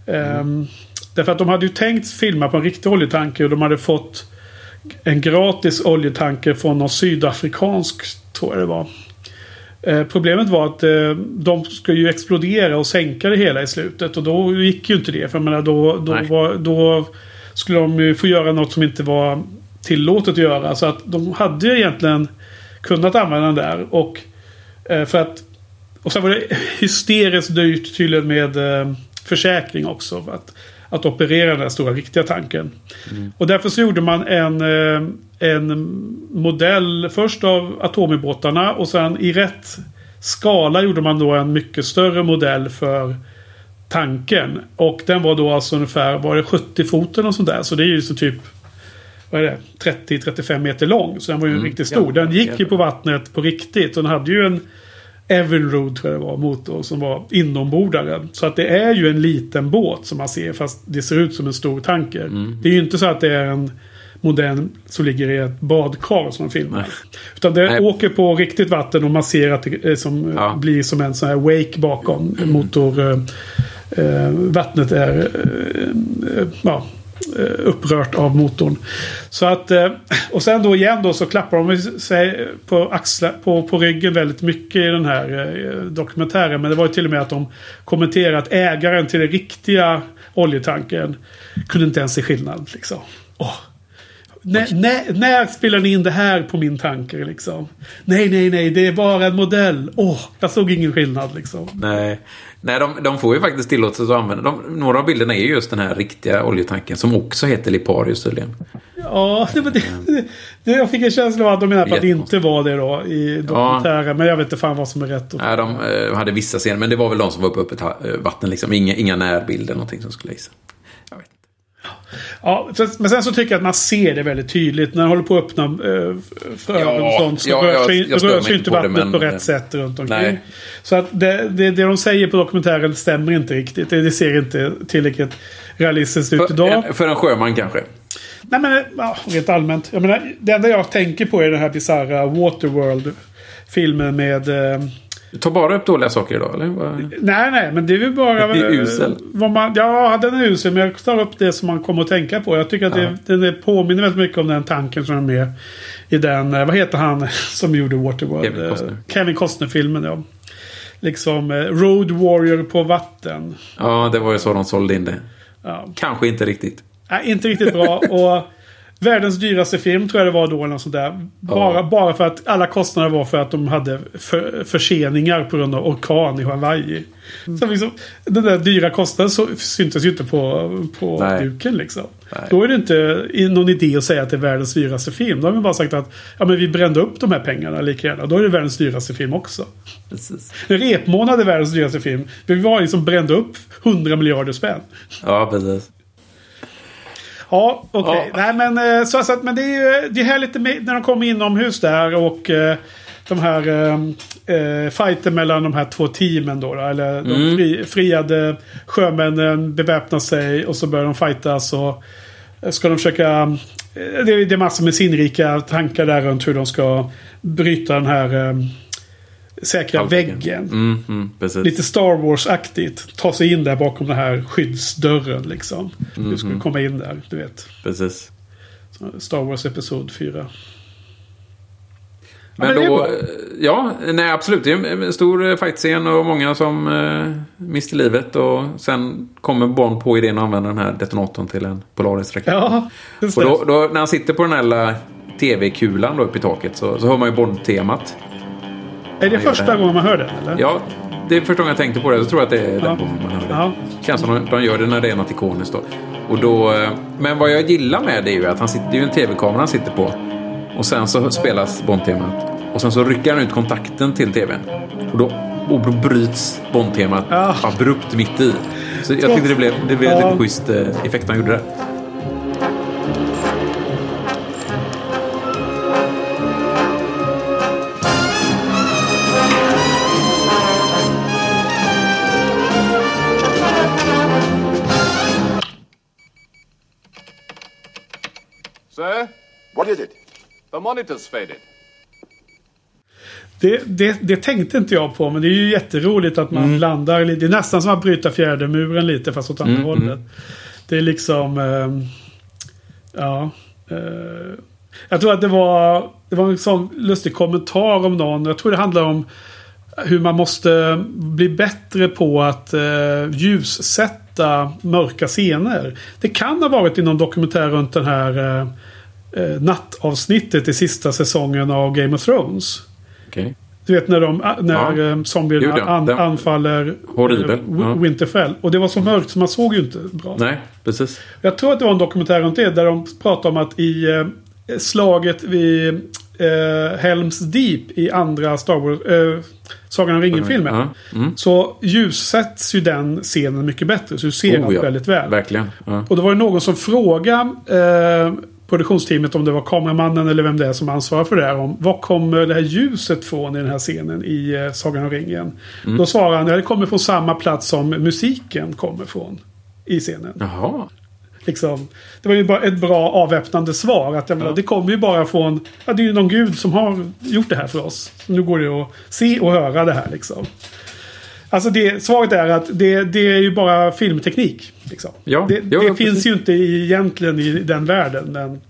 Därför att de hade ju tänkt filma på en riktig oljetanker och de hade fått en gratis oljetanker från någon sydafrikansk, tror jag det var. Problemet var att de skulle ju explodera och sänka det hela i slutet och då gick ju inte det, för jag menar, då skulle de ju få göra något som inte var tillåtet att göra, så att de hade ju egentligen kunnat använda den där och sen var det hysteriskt dyrt tydligen med försäkring också för att operera den där stora riktiga tanken. Och därför så gjorde man en modell först av atomubåtarna och sen i rätt skala gjorde man då en mycket större modell för tanken. Och den var då alltså ungefär 70 fot och sånt där. Så det är ju så typ 30-35 meter lång. Så den var ju riktigt stor. Den gick ju på vattnet på riktigt. Och den hade ju en Evinrude, tror jag det var, motor som var inombordare. Så att det är ju en liten båt som man ser, fast det ser ut som en stor tanker. Det är ju inte så att det är en modell som ligger i ett badkar som man filmar. Utan det åker på riktigt vatten och man ser att det blir som en sån här wake bakom motor. Vattnet är upprört av motorn. Så att och sen då igen då så klappar de sig på ryggen väldigt mycket i den här dokumentären, men det var ju till och med att de kommenterade att ägaren till den riktiga oljetanken kunde inte ens se skillnad liksom. När spelar ni in det här på min tanker liksom? Nej, det är bara en modell. Jag såg ingen skillnad liksom. Nej, de får ju faktiskt tillåtelse att använda. Några av bilderna är just den här riktiga oljetanken som också heter Liparius tydligen. Ja, jag fick en känsla av att de menar på att det inte var det då i dokumentären. Men jag vet inte fan vad som är rätt. Nej, de hade vissa scener, men det var väl de som var uppe i vatten liksom. Inga närbilder eller någonting som skulle visa. Jag vet inte. Ja, men sen så tycker jag att man ser det väldigt tydligt när de håller på att öppna frön och sånt, så rör sig inte vattnet på rätt sätt runt omkring. Nej. Så att det de säger på dokumentären stämmer inte riktigt. Det ser inte tillräckligt realistiskt ut idag. För en sjöman kanske? Nej, men rent allmänt. Jag menar, det enda jag tänker på är den här bizarra Waterworld-filmen med... Du tar bara upp dåliga saker idag, eller? Nej, men det är ju bara... Det är usel. Den är usel, men jag tar upp det som man kommer att tänka på. Jag tycker att den påminner väldigt mycket om den tanken som är med i den... Vad heter han som gjorde Waterworld? Kevin Costner-filmen, ja. Liksom Road Warrior på vatten. Ja, det var ju så de sålde in det. Ja. Kanske inte riktigt. Nej, inte riktigt bra. Och världens dyraste film tror jag det var då. Eller sånt där. Bara för att alla kostnader var för att de hade förseningar på grund av orkan i Hawaii. Så liksom, den där dyra kostnaden så syntes ju inte på duken liksom. Nej. Då är det inte någon idé att säga att det är världens dyraste film. Då har vi bara sagt att men vi brände upp de här pengarna lika gärna. Då är det världens dyraste film också. Precis. En repmånad är världens dyraste film. Vi var liksom brände upp 100 miljarder spänn. Ja, precis. Ja, okej. Nej, men men det är ju det här lite när de kommer inomhus där och de här fighten mellan de här två teamen då. Eller de friade sjömännen beväpnar sig och så börjar de fightas och ska de försöka det är massor med sinnrika tankar där runt hur de ska bryta den här säkra väggen. Lite Star Wars-aktigt. Ta sig in där bakom den här skyddsdörren liksom. Du skulle komma in där, du vet. Precis. Star Wars episod 4. Men då, nej absolut. Det är en stor fightscen och många som mister livet. Och sen kommer Bond på idén att använda den här detonatorn till en Polaris-raket. Ja, och då när han sitter på den här tv-kulan då uppe i taket så hör man ju Bond-temat. Är det första gången man hör det, eller? Ja, det är första gången jag tänkte på det. Jag tror att det är den gången man hör det. Ja. Känns som att de gör det när det är något ikoniskt då. Och då. Men vad jag gillar med det är ju att det är ju en tv-kamera han sitter på. Och sen så spelas Bond-temat. Och sen så rycker han ut kontakten till tvn. Och då bryts Bond-temat abrupt mitt i. Så jag tyckte det blev lite schysst effekt han gjorde det. Sir? What is it? The monitor's faded. Det tänkte inte jag på, men det är ju jätteroligt att man blandar. Det är nästan som att bryta fjärde muren lite fast åt andra hållet. Det är liksom jag tror att det var en sån lustig kommentar om någon. Jag tror det handlar om hur man måste bli bättre på att ljussätta mörka scener. Det kan ha varit i någon dokumentär runt den här nattavsnittet i sista säsongen av Game of Thrones. Okay. Du vet när zombierna anfaller Winterfell. Och det var så mörkt så man såg ju inte bra. Nej, precis. Jag tror att det var en dokumentär om det där de pratade om att i slaget vid Helms Deep i andra Star Wars Sagan om ringen-filmen så ljussätts ju den scenen mycket bättre. Så du ser allt väldigt väl. Verkligen. Ja. Och det var ju någon som frågade produktionsteamet om det var kameramannen eller vem det är som ansvarar för det här. Om var kommer det här ljuset från i den här scenen i Sagan om ringen? Då svarade han, det kommer från samma plats som musiken kommer från i scenen. Jaha. Liksom, det var ju bara ett bra avväpnande svar. Att det kommer ju bara från det är ju någon gud som har gjort det här för oss. Så nu går det att se och höra det här liksom. Alltså svaret är att det är ju bara filmteknik. Liksom. Ja, det finns ju inte egentligen i den världen. Men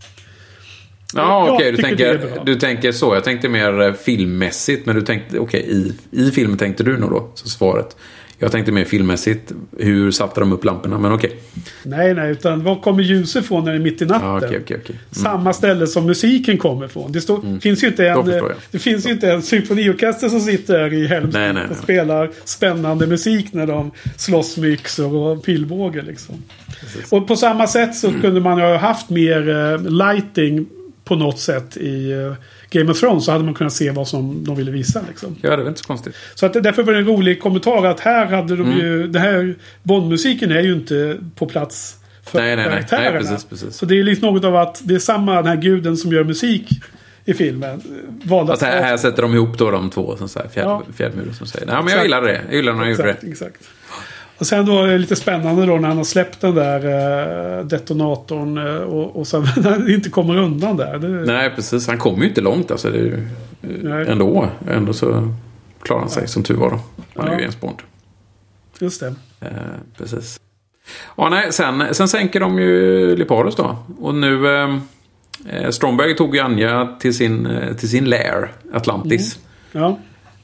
ja, okej. Du tänker så. Jag tänkte mer filmmässigt. Men du tänkte, i filmen tänkte du nog då, så svaret. Jag tänkte mer filmmässigt. Hur satte de upp lamporna? Men okej. Nej, utan var kommer ljuset från när det är mitt i natten? Okej. Samma ställe som musiken kommer från. Det finns ju inte en symfoniorkester som sitter i Helmstedt och spelar spännande musik när de slåss med yxor och pilbåge liksom. Precis. Och på samma sätt så kunde man ha haft mer lighting på något sätt i Game of Thrones, så hade man kunnat se vad som de ville visa liksom. Ja, det var inte så konstigt. Så att därför var det en rolig kommentar att här hade de ju, det här Bond-musiken är ju inte på plats för karaktärerna. Nej, precis. Så det är liksom något av att det är samma den här guden som gör musik i filmen. Att här sätter de ihop då de två som säger fjärdmuren som säger. Nej, men jag gillar det. Jag gillar när han gjorde det. Exakt. Och sen då är det lite spännande då när han har släppt den där detonatorn och sen när han inte kommer undan där. Nej, precis. Han kommer ju inte långt. Alltså, det är ju, ändå så klarar han sig som tur var då. Han är ju en Bond. Just det. Precis. Ja, nej, sen sänker de ju Liparos då. Och nu Stromberg tog ju Anja till sin lair, Atlantis. Ja.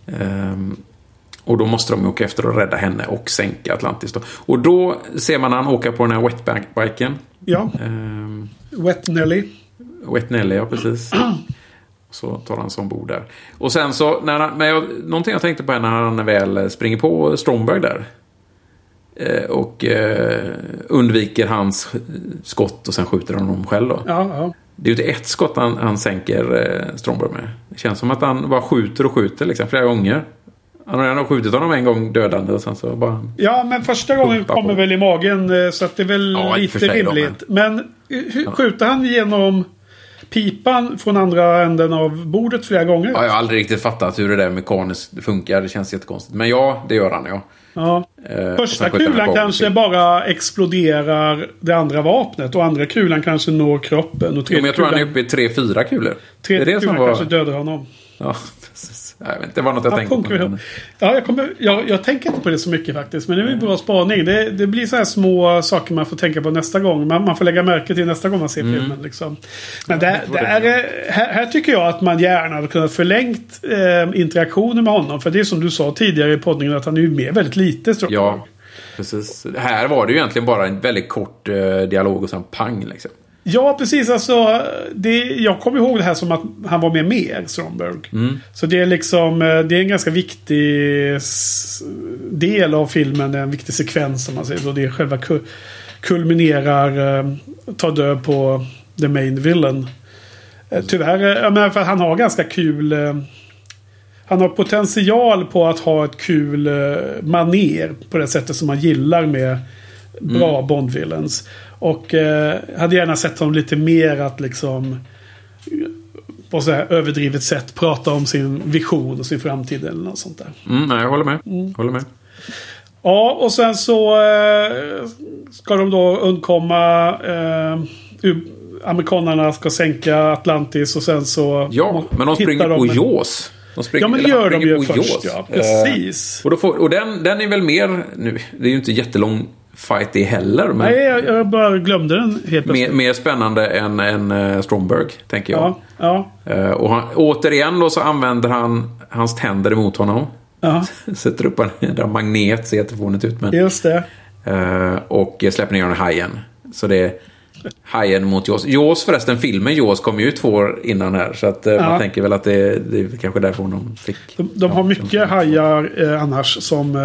Och då måste de åka efter och rädda henne och sänka Atlantis då. Och då ser man han åka på den här wetback-biken. Ja. Wet Nelly. Wet Nelly, ja precis. Så tar han som bord där. Och sen så, någonting jag tänkte på när han väl springer på Stromberg där. Och undviker hans skott och sen skjuter han honom själv då. Ja. Det är ju inte ett skott han sänker Stromberg med. Det känns som att han bara skjuter liksom flera gånger. Han har redan skjutit honom en gång dödande och sen så bara... Ja, men första gången kommer väl i magen så att det är väl lite rimligt. Men skjuter han genom pipan från andra änden av bordet flera gånger? Ja, jag har aldrig riktigt fattat hur det där mekaniskt funkar. Det känns jättekonstigt. Men ja, det gör han, ja. Ja. Första kulan kanske bara exploderar det andra vapnet och andra kulan kanske når kroppen. Och men jag tror han är uppe i 3-4 kulor. Tre det kulan som kanske dödar honom. Ja, precis. Jag vet inte, det var något jag tänkte på. Jag tänker inte på det så mycket faktiskt. Men det är en bra spaning. Det blir så här små saker man får tänka på nästa gång. Man får lägga märke till nästa gång man ser filmen. Liksom. Men här tycker jag att man gärna hade kunnat förlängt interaktionen med honom. För det är som du sa tidigare i podden att han är ju med väldigt lite. Ja, precis. Här var det ju egentligen bara en väldigt kort dialog och sen pang liksom. Ja, precis. Alltså, jag kommer ihåg det här som att han var med mer, Stromberg. Så det är liksom, det är en ganska viktig del av filmen, en viktig sekvens som man säger. Så det är själva kulminerar, tar död på the main villain. Tyvärr, men för han har ganska kul... Han har potential på att ha ett kul maner på det sättet som man gillar med bra Bond-villains. Och hade gärna sett honom lite mer att liksom på så här överdrivet sätt prata om sin vision och sin framtid eller något sånt där. Nej, jag håller med. Ja, och sen så ska de då undkomma amerikanerna ska sänka Atlantis och sen så men de springer på Jaws. Ja, men det gör de ju först, ja. Precis. Och den är väl mer nu, det är ju inte jättelång fight det heller. Men nej, jag bara glömde den helt plötsligt. Mer spännande än Stromberg, tänker jag. Ja. Och återigen då så använder han hans tänder emot honom. Ja. Sätter upp en magnet, ser telefonet ut. Men, just det. Och släpper ner honom i hajen. Så det är hajen mot Jaws. Jaws förresten, filmen Jaws kom ju 2 år innan här. Så att man tänker väl att det är kanske därför de fick... De har mycket hajar annars som...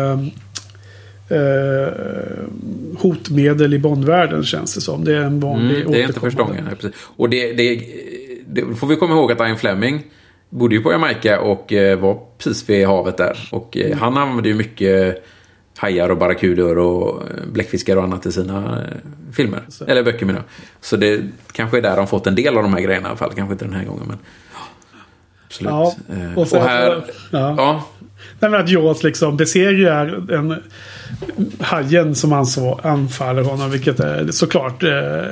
hotmedel i Bondvärlden känns det som. Det är en vanlig det är inte första gången. Och det får vi komma ihåg att Ian Fleming bodde ju på Jamaica och var precis vid havet där. Och han använde ju mycket hajar och barracuder och bläckfiskar och annat i sina filmer. Eller böcker menar jag. Så det kanske är där de fått en del av de här grejerna i alla fall. Kanske inte den här gången, men absolut. Ja, och här... Nej, men att Jaws liksom besegrar en hajen som anfaller honom, vilket är såklart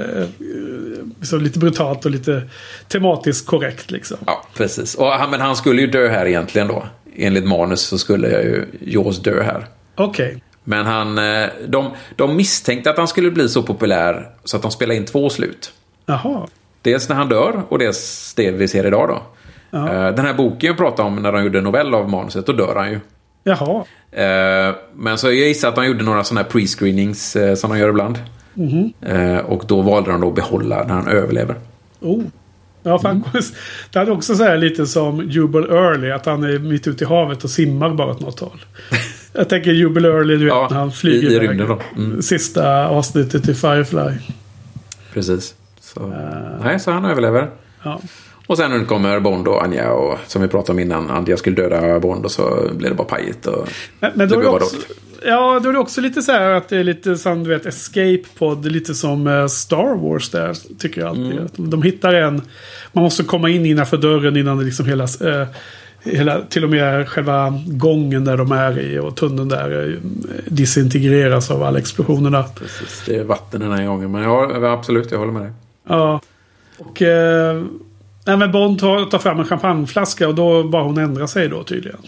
så lite brutalt och lite tematiskt korrekt liksom. Ja, precis. Men han skulle ju dö här egentligen då. Enligt manus så skulle ju Jaws dö här. Okej. Men de misstänkte att han skulle bli så populär så att de spelade in 2 slut. Jaha. Dels när han dör och dels det vi ser idag då. Den här boken jag pratade om när de gjorde en novell av manuset, då dör han ju. Jaha. Men så jag gissar att de gjorde några sådana här pre-screenings som de gör ibland. Och då valde de då att behålla när han överlever. Ja, fan, det hade också så här lite som Jubal Early, att han är mitt ute i havet och simmar bara ett något håll. Jag tänker Jubal Early, du vet, när han flyger i rymden då. Sista avsnittet i Firefly. Precis. Så han överlever. Ja. Och sen kommer Bond och Anja, och som vi pratade om innan, Anja skulle döda Bond och så blev det bara pajigt. Och men då är det också, då är det också lite så här att det är lite som, du vet, Escape Pod, lite som Star Wars där, tycker jag alltid. De hittar man måste komma in innanför dörren innan det liksom hela till och med själva gången där de är i och tunneln där disintegreras av alla explosionerna. Precis, det är vatten den här gången, men absolut, jag håller med dig. Ja, och men Bond tar fram en champagneflaska och då bara hon ändrar sig då tydligen.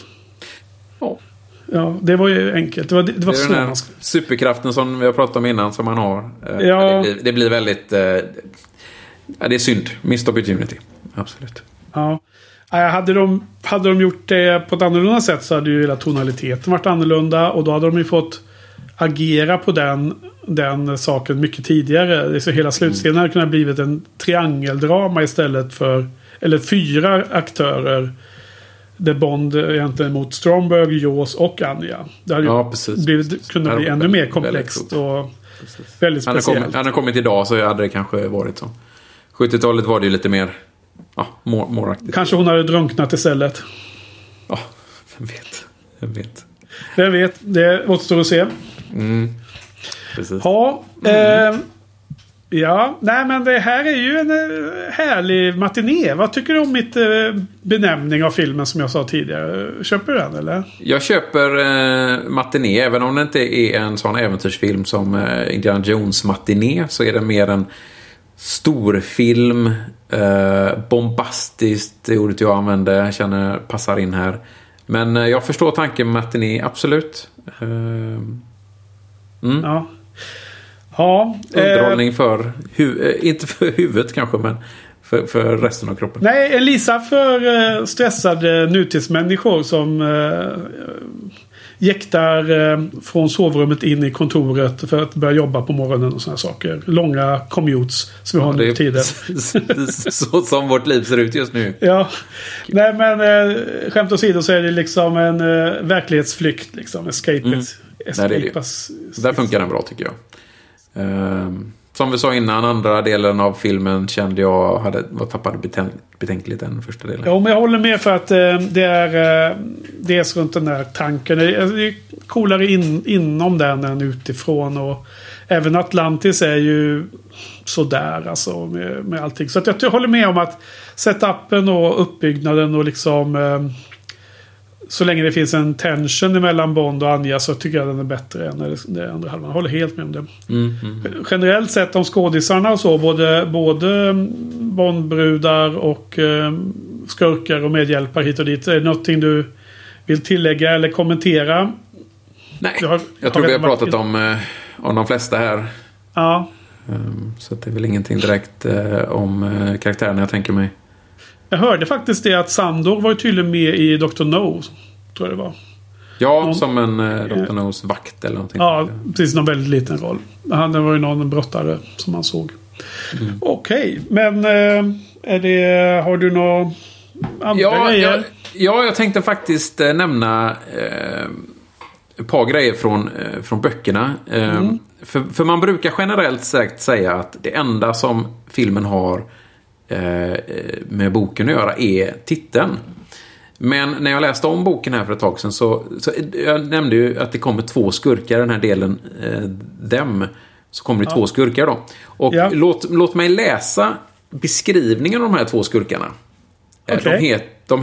Ja, det var ju enkelt. Det var det så. Den här superkraften som vi har pratat om innan som man har. Ja. Det blir väldigt... det är synd. Missed opportunity. Absolut. Ja. Hade de gjort det på ett annorlunda sätt så hade ju hela tonaliteten varit annorlunda. Och då hade de ju fått agera på den saken mycket tidigare. Det är så hela slutscenen hade kunnat blivit en triangeldrama istället för, eller 4 aktörer. Där Bond egentligen mot Stromberg, Jaws och Anja. Det hade kunnat bli ännu mer komplext och väldigt speciellt. Han har kommit idag så hade det kanske varit så. 70-talet var det ju lite mer moraktigt. Kanske hon hade drunknat istället. Ja, vem vet. Det återstår att se. Precis. Ja, ja, nej men det här är ju en härlig matiné. Vad tycker du om mitt benämning av filmen som jag sa tidigare? Köper du den eller? Jag köper matiné, även om det inte är en sån äventyrsfilm som Indiana Jones matiné, så är det mer en storfilm, bombastiskt, det ordet jag använder, jag känner passar in här. Men jag förstår tanken med matiné, absolut. Ja. Underhållning för inte för huvudet kanske, men för resten av kroppen. Nej, Elisa för stressade nutidsmänniskor som jäktar från sovrummet in i kontoret för att börja jobba på morgonen och sådana saker. Långa commutes som vi har nu i tiden. Så som vårt liv ser ut just nu. Ja. Nej, men skämt åsido så är det liksom en verklighetsflykt liksom. Där funkar den bra tycker jag. Som vi sa innan, andra delen av filmen kände jag tappade betänkligt den första delen. Ja, men jag håller med för att det är runt den där tanken. Det är coolare inom den än utifrån, och även Atlantis är ju sådär alltså med allting. Så att jag håller med om att setupen och uppbyggnaden och liksom så länge det finns en tension mellan Bond och Anja så tycker jag den är bättre än den andra halvan. Jag håller helt med om det. Generellt sett om skådisarna och så, både Bondbrudar och skurkar och medhjälpare hit och dit. Är det någonting du vill tillägga eller kommentera? Nej, jag tror vi har pratat om de flesta här. Ja. Så det är väl ingenting direkt om karaktärerna jag tänker mig. Jag hörde faktiskt det att Sandor var ju tydligen med i Dr. No, tror jag det var. Ja, som en Dr. No's vakt eller någonting. Ja, precis, någon väldigt liten roll. Han var ju någon brottare som man såg. Okej, men har du några andra grejer? Ja, jag tänkte faktiskt nämna ett par grejer från böckerna. För man brukar generellt sagt säga att det enda som filmen har med boken att göra är titeln. Men när jag läste om boken här för ett tag sedan så jag nämnde ju att det kommer 2 skurkar i den här delen så kommer det 2 skurkar då. Och låt mig läsa beskrivningen av de här 2 skurkarna. Okay. De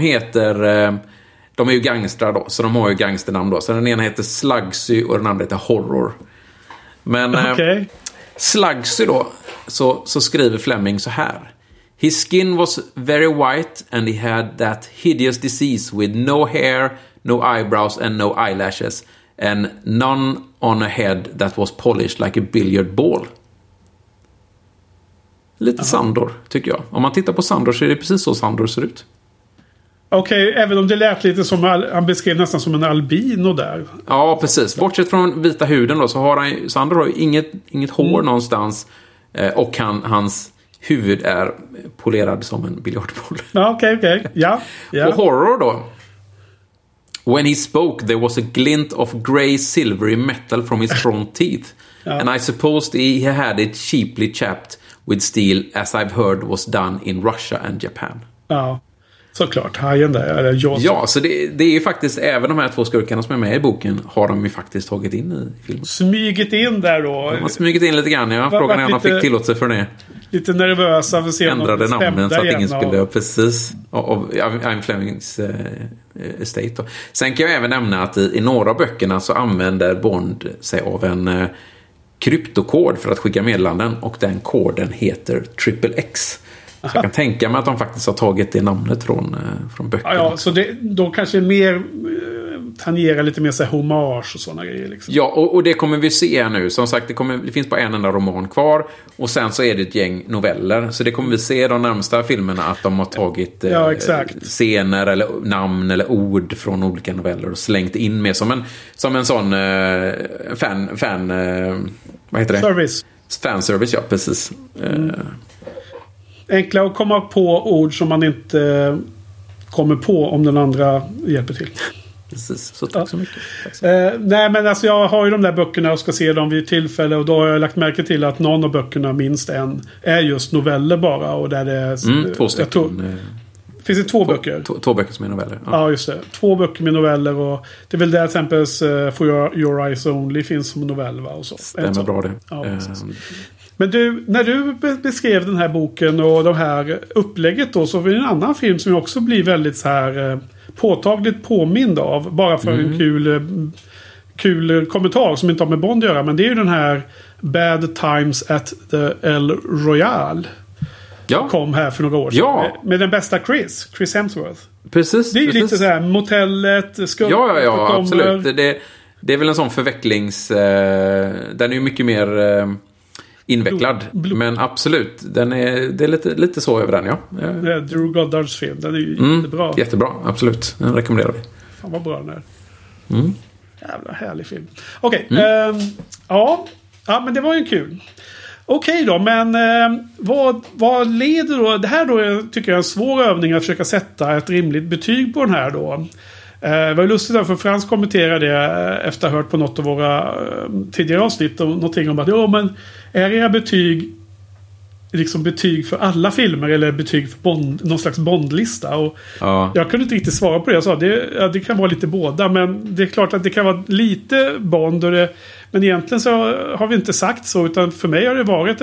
är ju gangstrar då, så de har ju gangsternamn då. Så den ena heter Slugsy och den andra heter Horror. Men Slugsy då så skriver Fleming så här: His skin was very white and he had that hideous disease with no hair, no eyebrows and no eyelashes and none on a head that was polished like a billiard ball. Lite Sandor, tycker jag. Om man tittar på Sandor så är det precis så Sandor ser ut. Okej, även om det lät lite som han beskrev nästan som en albino där. Ja, precis. Bortsett från vita huden då så har Sandor har inget hår någonstans och hans huvud är polerad som en biljardboll. Ja, okej. Ja. Och Horror då. When he spoke there was a glint of grey silvery metal from his front teeth. And I supposed he had it cheaply chapped with steel as I've heard was done in Russia and Japan. Ja, såklart. Hajen där. Ja, så det är ju faktiskt, även de här 2 skurkarna som är med i boken har de ju faktiskt tagit in i filmen. Smygit in där då. De har smygit in lite grann, ja. Frågan är om de fick tillåtelse för det. Lite nervösa för att se ändrade namnen så att ingen skulle precis av I'm Flemings estate då. Sen kan jag även nämna att i några av böckerna så använder Bond sig av en kryptokod för att skicka meddelanden, och den koden heter XXX. Så jag kan tänka mig att de faktiskt har tagit det namnet från böckerna. Ja, så då kanske mer tangerar lite mer så här hommage och sådana grejer. Liksom. Ja, och det kommer vi se här nu. Som sagt, det finns bara en enda roman kvar. Och sen så är det ett gäng noveller. Så det kommer vi se de närmsta filmerna att de har tagit scener eller namn eller ord från olika noveller och slängt in med som en sån fan vad heter det? Service. Fanservice, ja, precis. Enkla att komma på ord som man inte kommer på om den andra hjälper till. Precis, så tack så mycket. Nej, men alltså jag har ju de där böckerna och ska se dem vid tillfälle, och då har jag lagt märke till att någon av böckerna, minst en, är just noveller bara, och där det är 2 stycken. Finns det 2 böcker? 2 böcker som är noveller. Ja, just det. 2 böcker med noveller, och det är väl där till exempel For Your Eyes Only finns som novell, va? Och så. Stämmer bra det. Ja, men du, när du beskrev den här boken och det här upplägget då, så var det en annan film som jag också blir väldigt så här påtagligt påmind av. Bara för en kul kommentar som inte har med Bond att göra. Men det är ju den här Bad Times at the El Royale. Ja. Kom här för några år sedan. Ja. Med den bästa Chris Hemsworth. Precis. Det är ju lite så här motellet, skulden. Ja, absolut. Det är väl en sån förvecklings... den är ju mycket mer... invecklad. Men absolut, det är lite så över den, ja. Det är Drew Goddards film. Den är ju jättebra. Jättebra, absolut. Den rekommenderar vi. Fan vad bra den är. Jävla härlig film. Okej. Ja, men det var ju kul. Okej då, men vad leder då? Det här då tycker jag är en svår övning att försöka sätta ett rimligt betyg på den här då. Det var ju lustigt för Frans kommenterade det efter att ha hört på något av våra tidigare avsnitt och någonting om att men är era betyg liksom betyg för alla filmer eller betyg för någon slags Bondlista? Och jag kunde inte riktigt svara på det. Jag sa det kan vara lite båda, men det är klart att det kan vara lite Bond men egentligen så har vi inte sagt så, utan för mig har det varit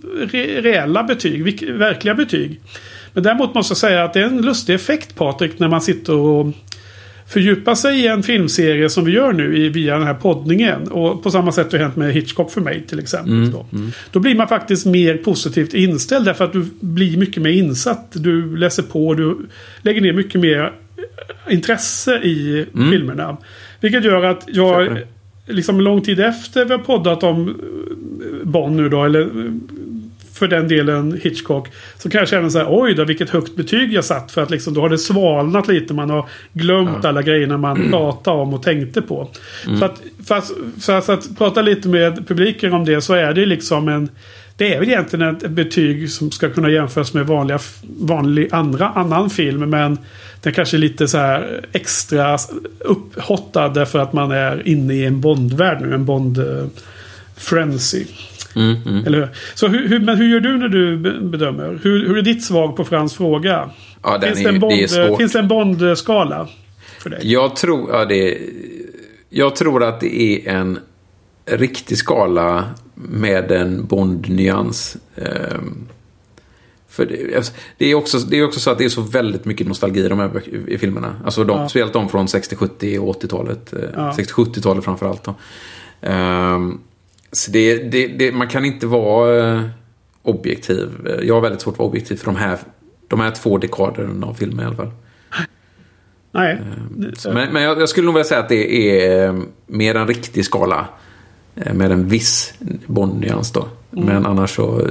reella betyg, verkliga betyg. Men däremot måste jag säga att det är en lustig effekt, Patrik, när man sitter och fördjupa sig i en filmserie som vi gör nu via den här poddningen. Och på samma sätt har det hänt med Hitchcock för mig till exempel. Då blir man faktiskt mer positivt inställd därför att du blir mycket mer insatt. Du läser på, du lägger ner mycket mer intresse i filmerna. Vilket gör att jag liksom lång tid efter vi har poddat om Bond nu då, eller för den delen Hitchcock, så kan jag känna så här, oj då, vilket högt betyg jag satt, för att liksom, då har det svalnat lite, man har glömt alla grejerna man pratade om och tänkte på. Så att prata lite med publiken om det, så är det liksom det är väl egentligen ett betyg som ska kunna jämföras med vanlig annan film, men den kanske är lite så här extra upphottad därför att man är inne i en Bond-värld nu, en Bond-frenzy. Eller hur? Så hur gör du när du bedömer? Hur är ditt svar på Frans fråga? Ja, Finns det en Bond-skala för dig? Jag tror att det är en riktig skala med en Bond-nyans. För det är också så att det är så väldigt mycket nostalgi i de här i filmerna. Alltså speciellt de från 60-, 70- och 80-talet. 60-70-talet framförallt då. Så man kan inte vara objektiv. Jag har väldigt svårt att vara objektiv för de här 2 dekaderna av filmen i alla fall. Nej. Men jag skulle nog vilja säga att det är mer en riktig skala med en viss Bond-nyans då. Men annars så...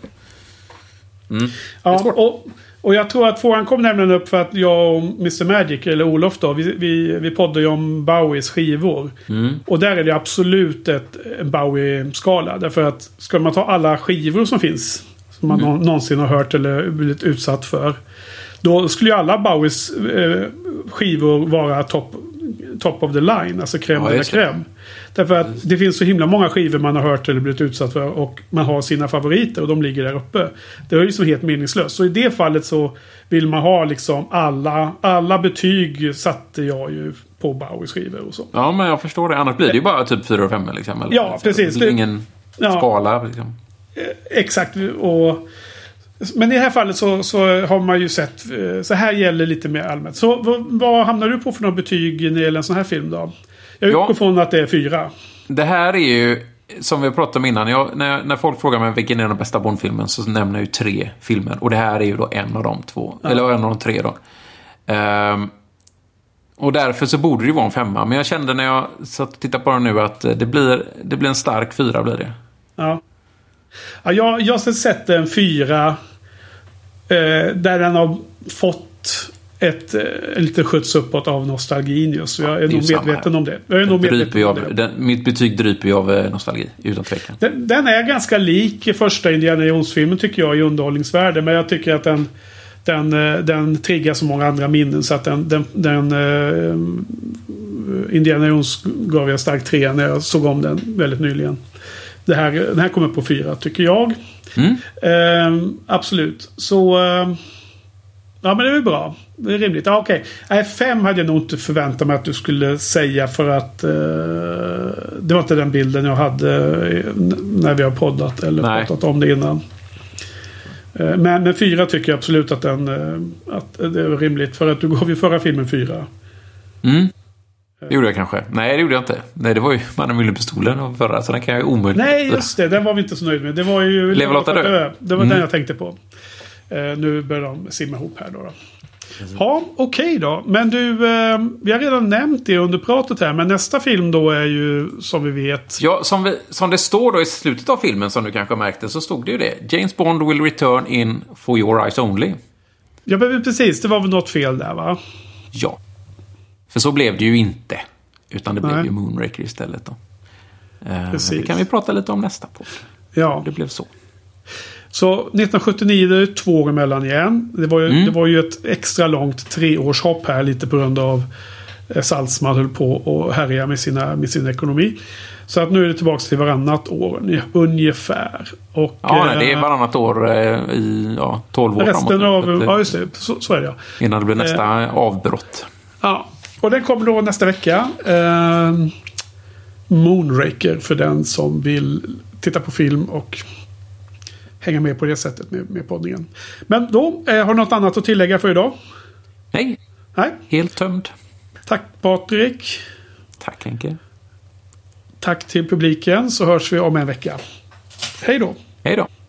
Och jag tror att frågan kom nämligen upp för att jag och Mr. Magic, eller Olof då, vi poddar ju om Bowies skivor. Och där är det absolut en Bowie-skala. Därför att ska man ta alla skivor som finns, som man någonsin har hört eller blivit utsatt för, då skulle ju alla Bowies skivor vara top of the line, alltså crème de la crème. Därför att det finns så himla många skivor man har hört eller blivit utsatt för, och man har sina favoriter och de ligger där uppe. Det är ju så helt meningslöst. Så i det fallet så vill man ha liksom alla betyg satte jag ju på Bowies skivor och så. Ja, men jag förstår det. Annars blir det ju bara typ 4 och 5 liksom. Eller, ja, precis. Det är ingen skala liksom. Exakt. Men i det här fallet så har man ju sett, så här gäller lite mer allmänt. Så vad hamnar du på för några betyg när det gäller en sån här film då? Jag utgår från att det är 4. Det här är ju, som vi pratade om innan, när folk frågar mig vilken är den bästa Bond-filmen, så nämner jag ju 3 filmer. Och det här är ju då en av de 2. Eller en av de 3 då. Och därför så borde det ju vara en 5. Men jag kände när jag satt och tittade på den nu att det blir en stark 4 blir det. Ja. Jag har sett en 4 där den har fått en liten skjuts uppåt av nostalgin just. Så jag är nog medveten om det. Mitt betyg dryper ju av nostalgi, utan tvekan. Den är ganska lik första Indiana Jones-filmen tycker jag i underhållningsvärde. Men jag tycker att den triggar så många andra minnen så att Indiana Jones gav jag stark 3 när jag såg om den väldigt nyligen. Den här kommer på 4 tycker jag. Absolut. Så ja, men det är ju bra. Det är rimligt. Ja, okej. 5 hade jag nog inte förväntat mig att du skulle säga för att det var inte den bilden jag hade när vi har poddat eller pratat om det innan. Men 4 tycker jag absolut att det är rimligt för att du gav ju förra filmen 4. Det gjorde jag kanske. Nej, det gjorde jag inte. Nej, det var ju Mannen med pistolen och förra, så den kan jag ju omöjligt. Nej, just det. Den var vi inte så nöjd med. Det var ju Level 8 dö. Det var den jag tänkte på. Nu börjar de simma ihop här då. Ja, okej då. Men du, vi har redan nämnt det under pratet här. Men nästa film då är ju, som vi vet... Ja, som det står då i slutet av filmen, som du kanske märkte, så stod det ju det. James Bond will return in for your eyes only. Ja, men precis. Det var väl något fel där, va? Ja. För så blev det ju inte. Utan det blev ju Moonraker istället då. Det kan vi prata lite om nästa podd. Ja. Det blev så. Så 1979 det är 2 år emellan igen. Det var ju ett extra långt 3-årshopp här lite på grund av Saltzman höll på att härja med sin ekonomi. Så att nu är det tillbaka till varannat år ungefär. Och, det är varannat år i 12 år resten framåt. Ja, just det. Så är det. Innan det blir nästa avbrott. Ja, och den kommer då nästa vecka. Moonraker för den som vill titta på film och hänga med på det sättet med poddningen. Men då, har du något annat att tillägga för idag? Nej. Helt tömd. Tack Patrik. Tack Henke. Tack till publiken, så hörs vi om en vecka. Hej då. Hej då.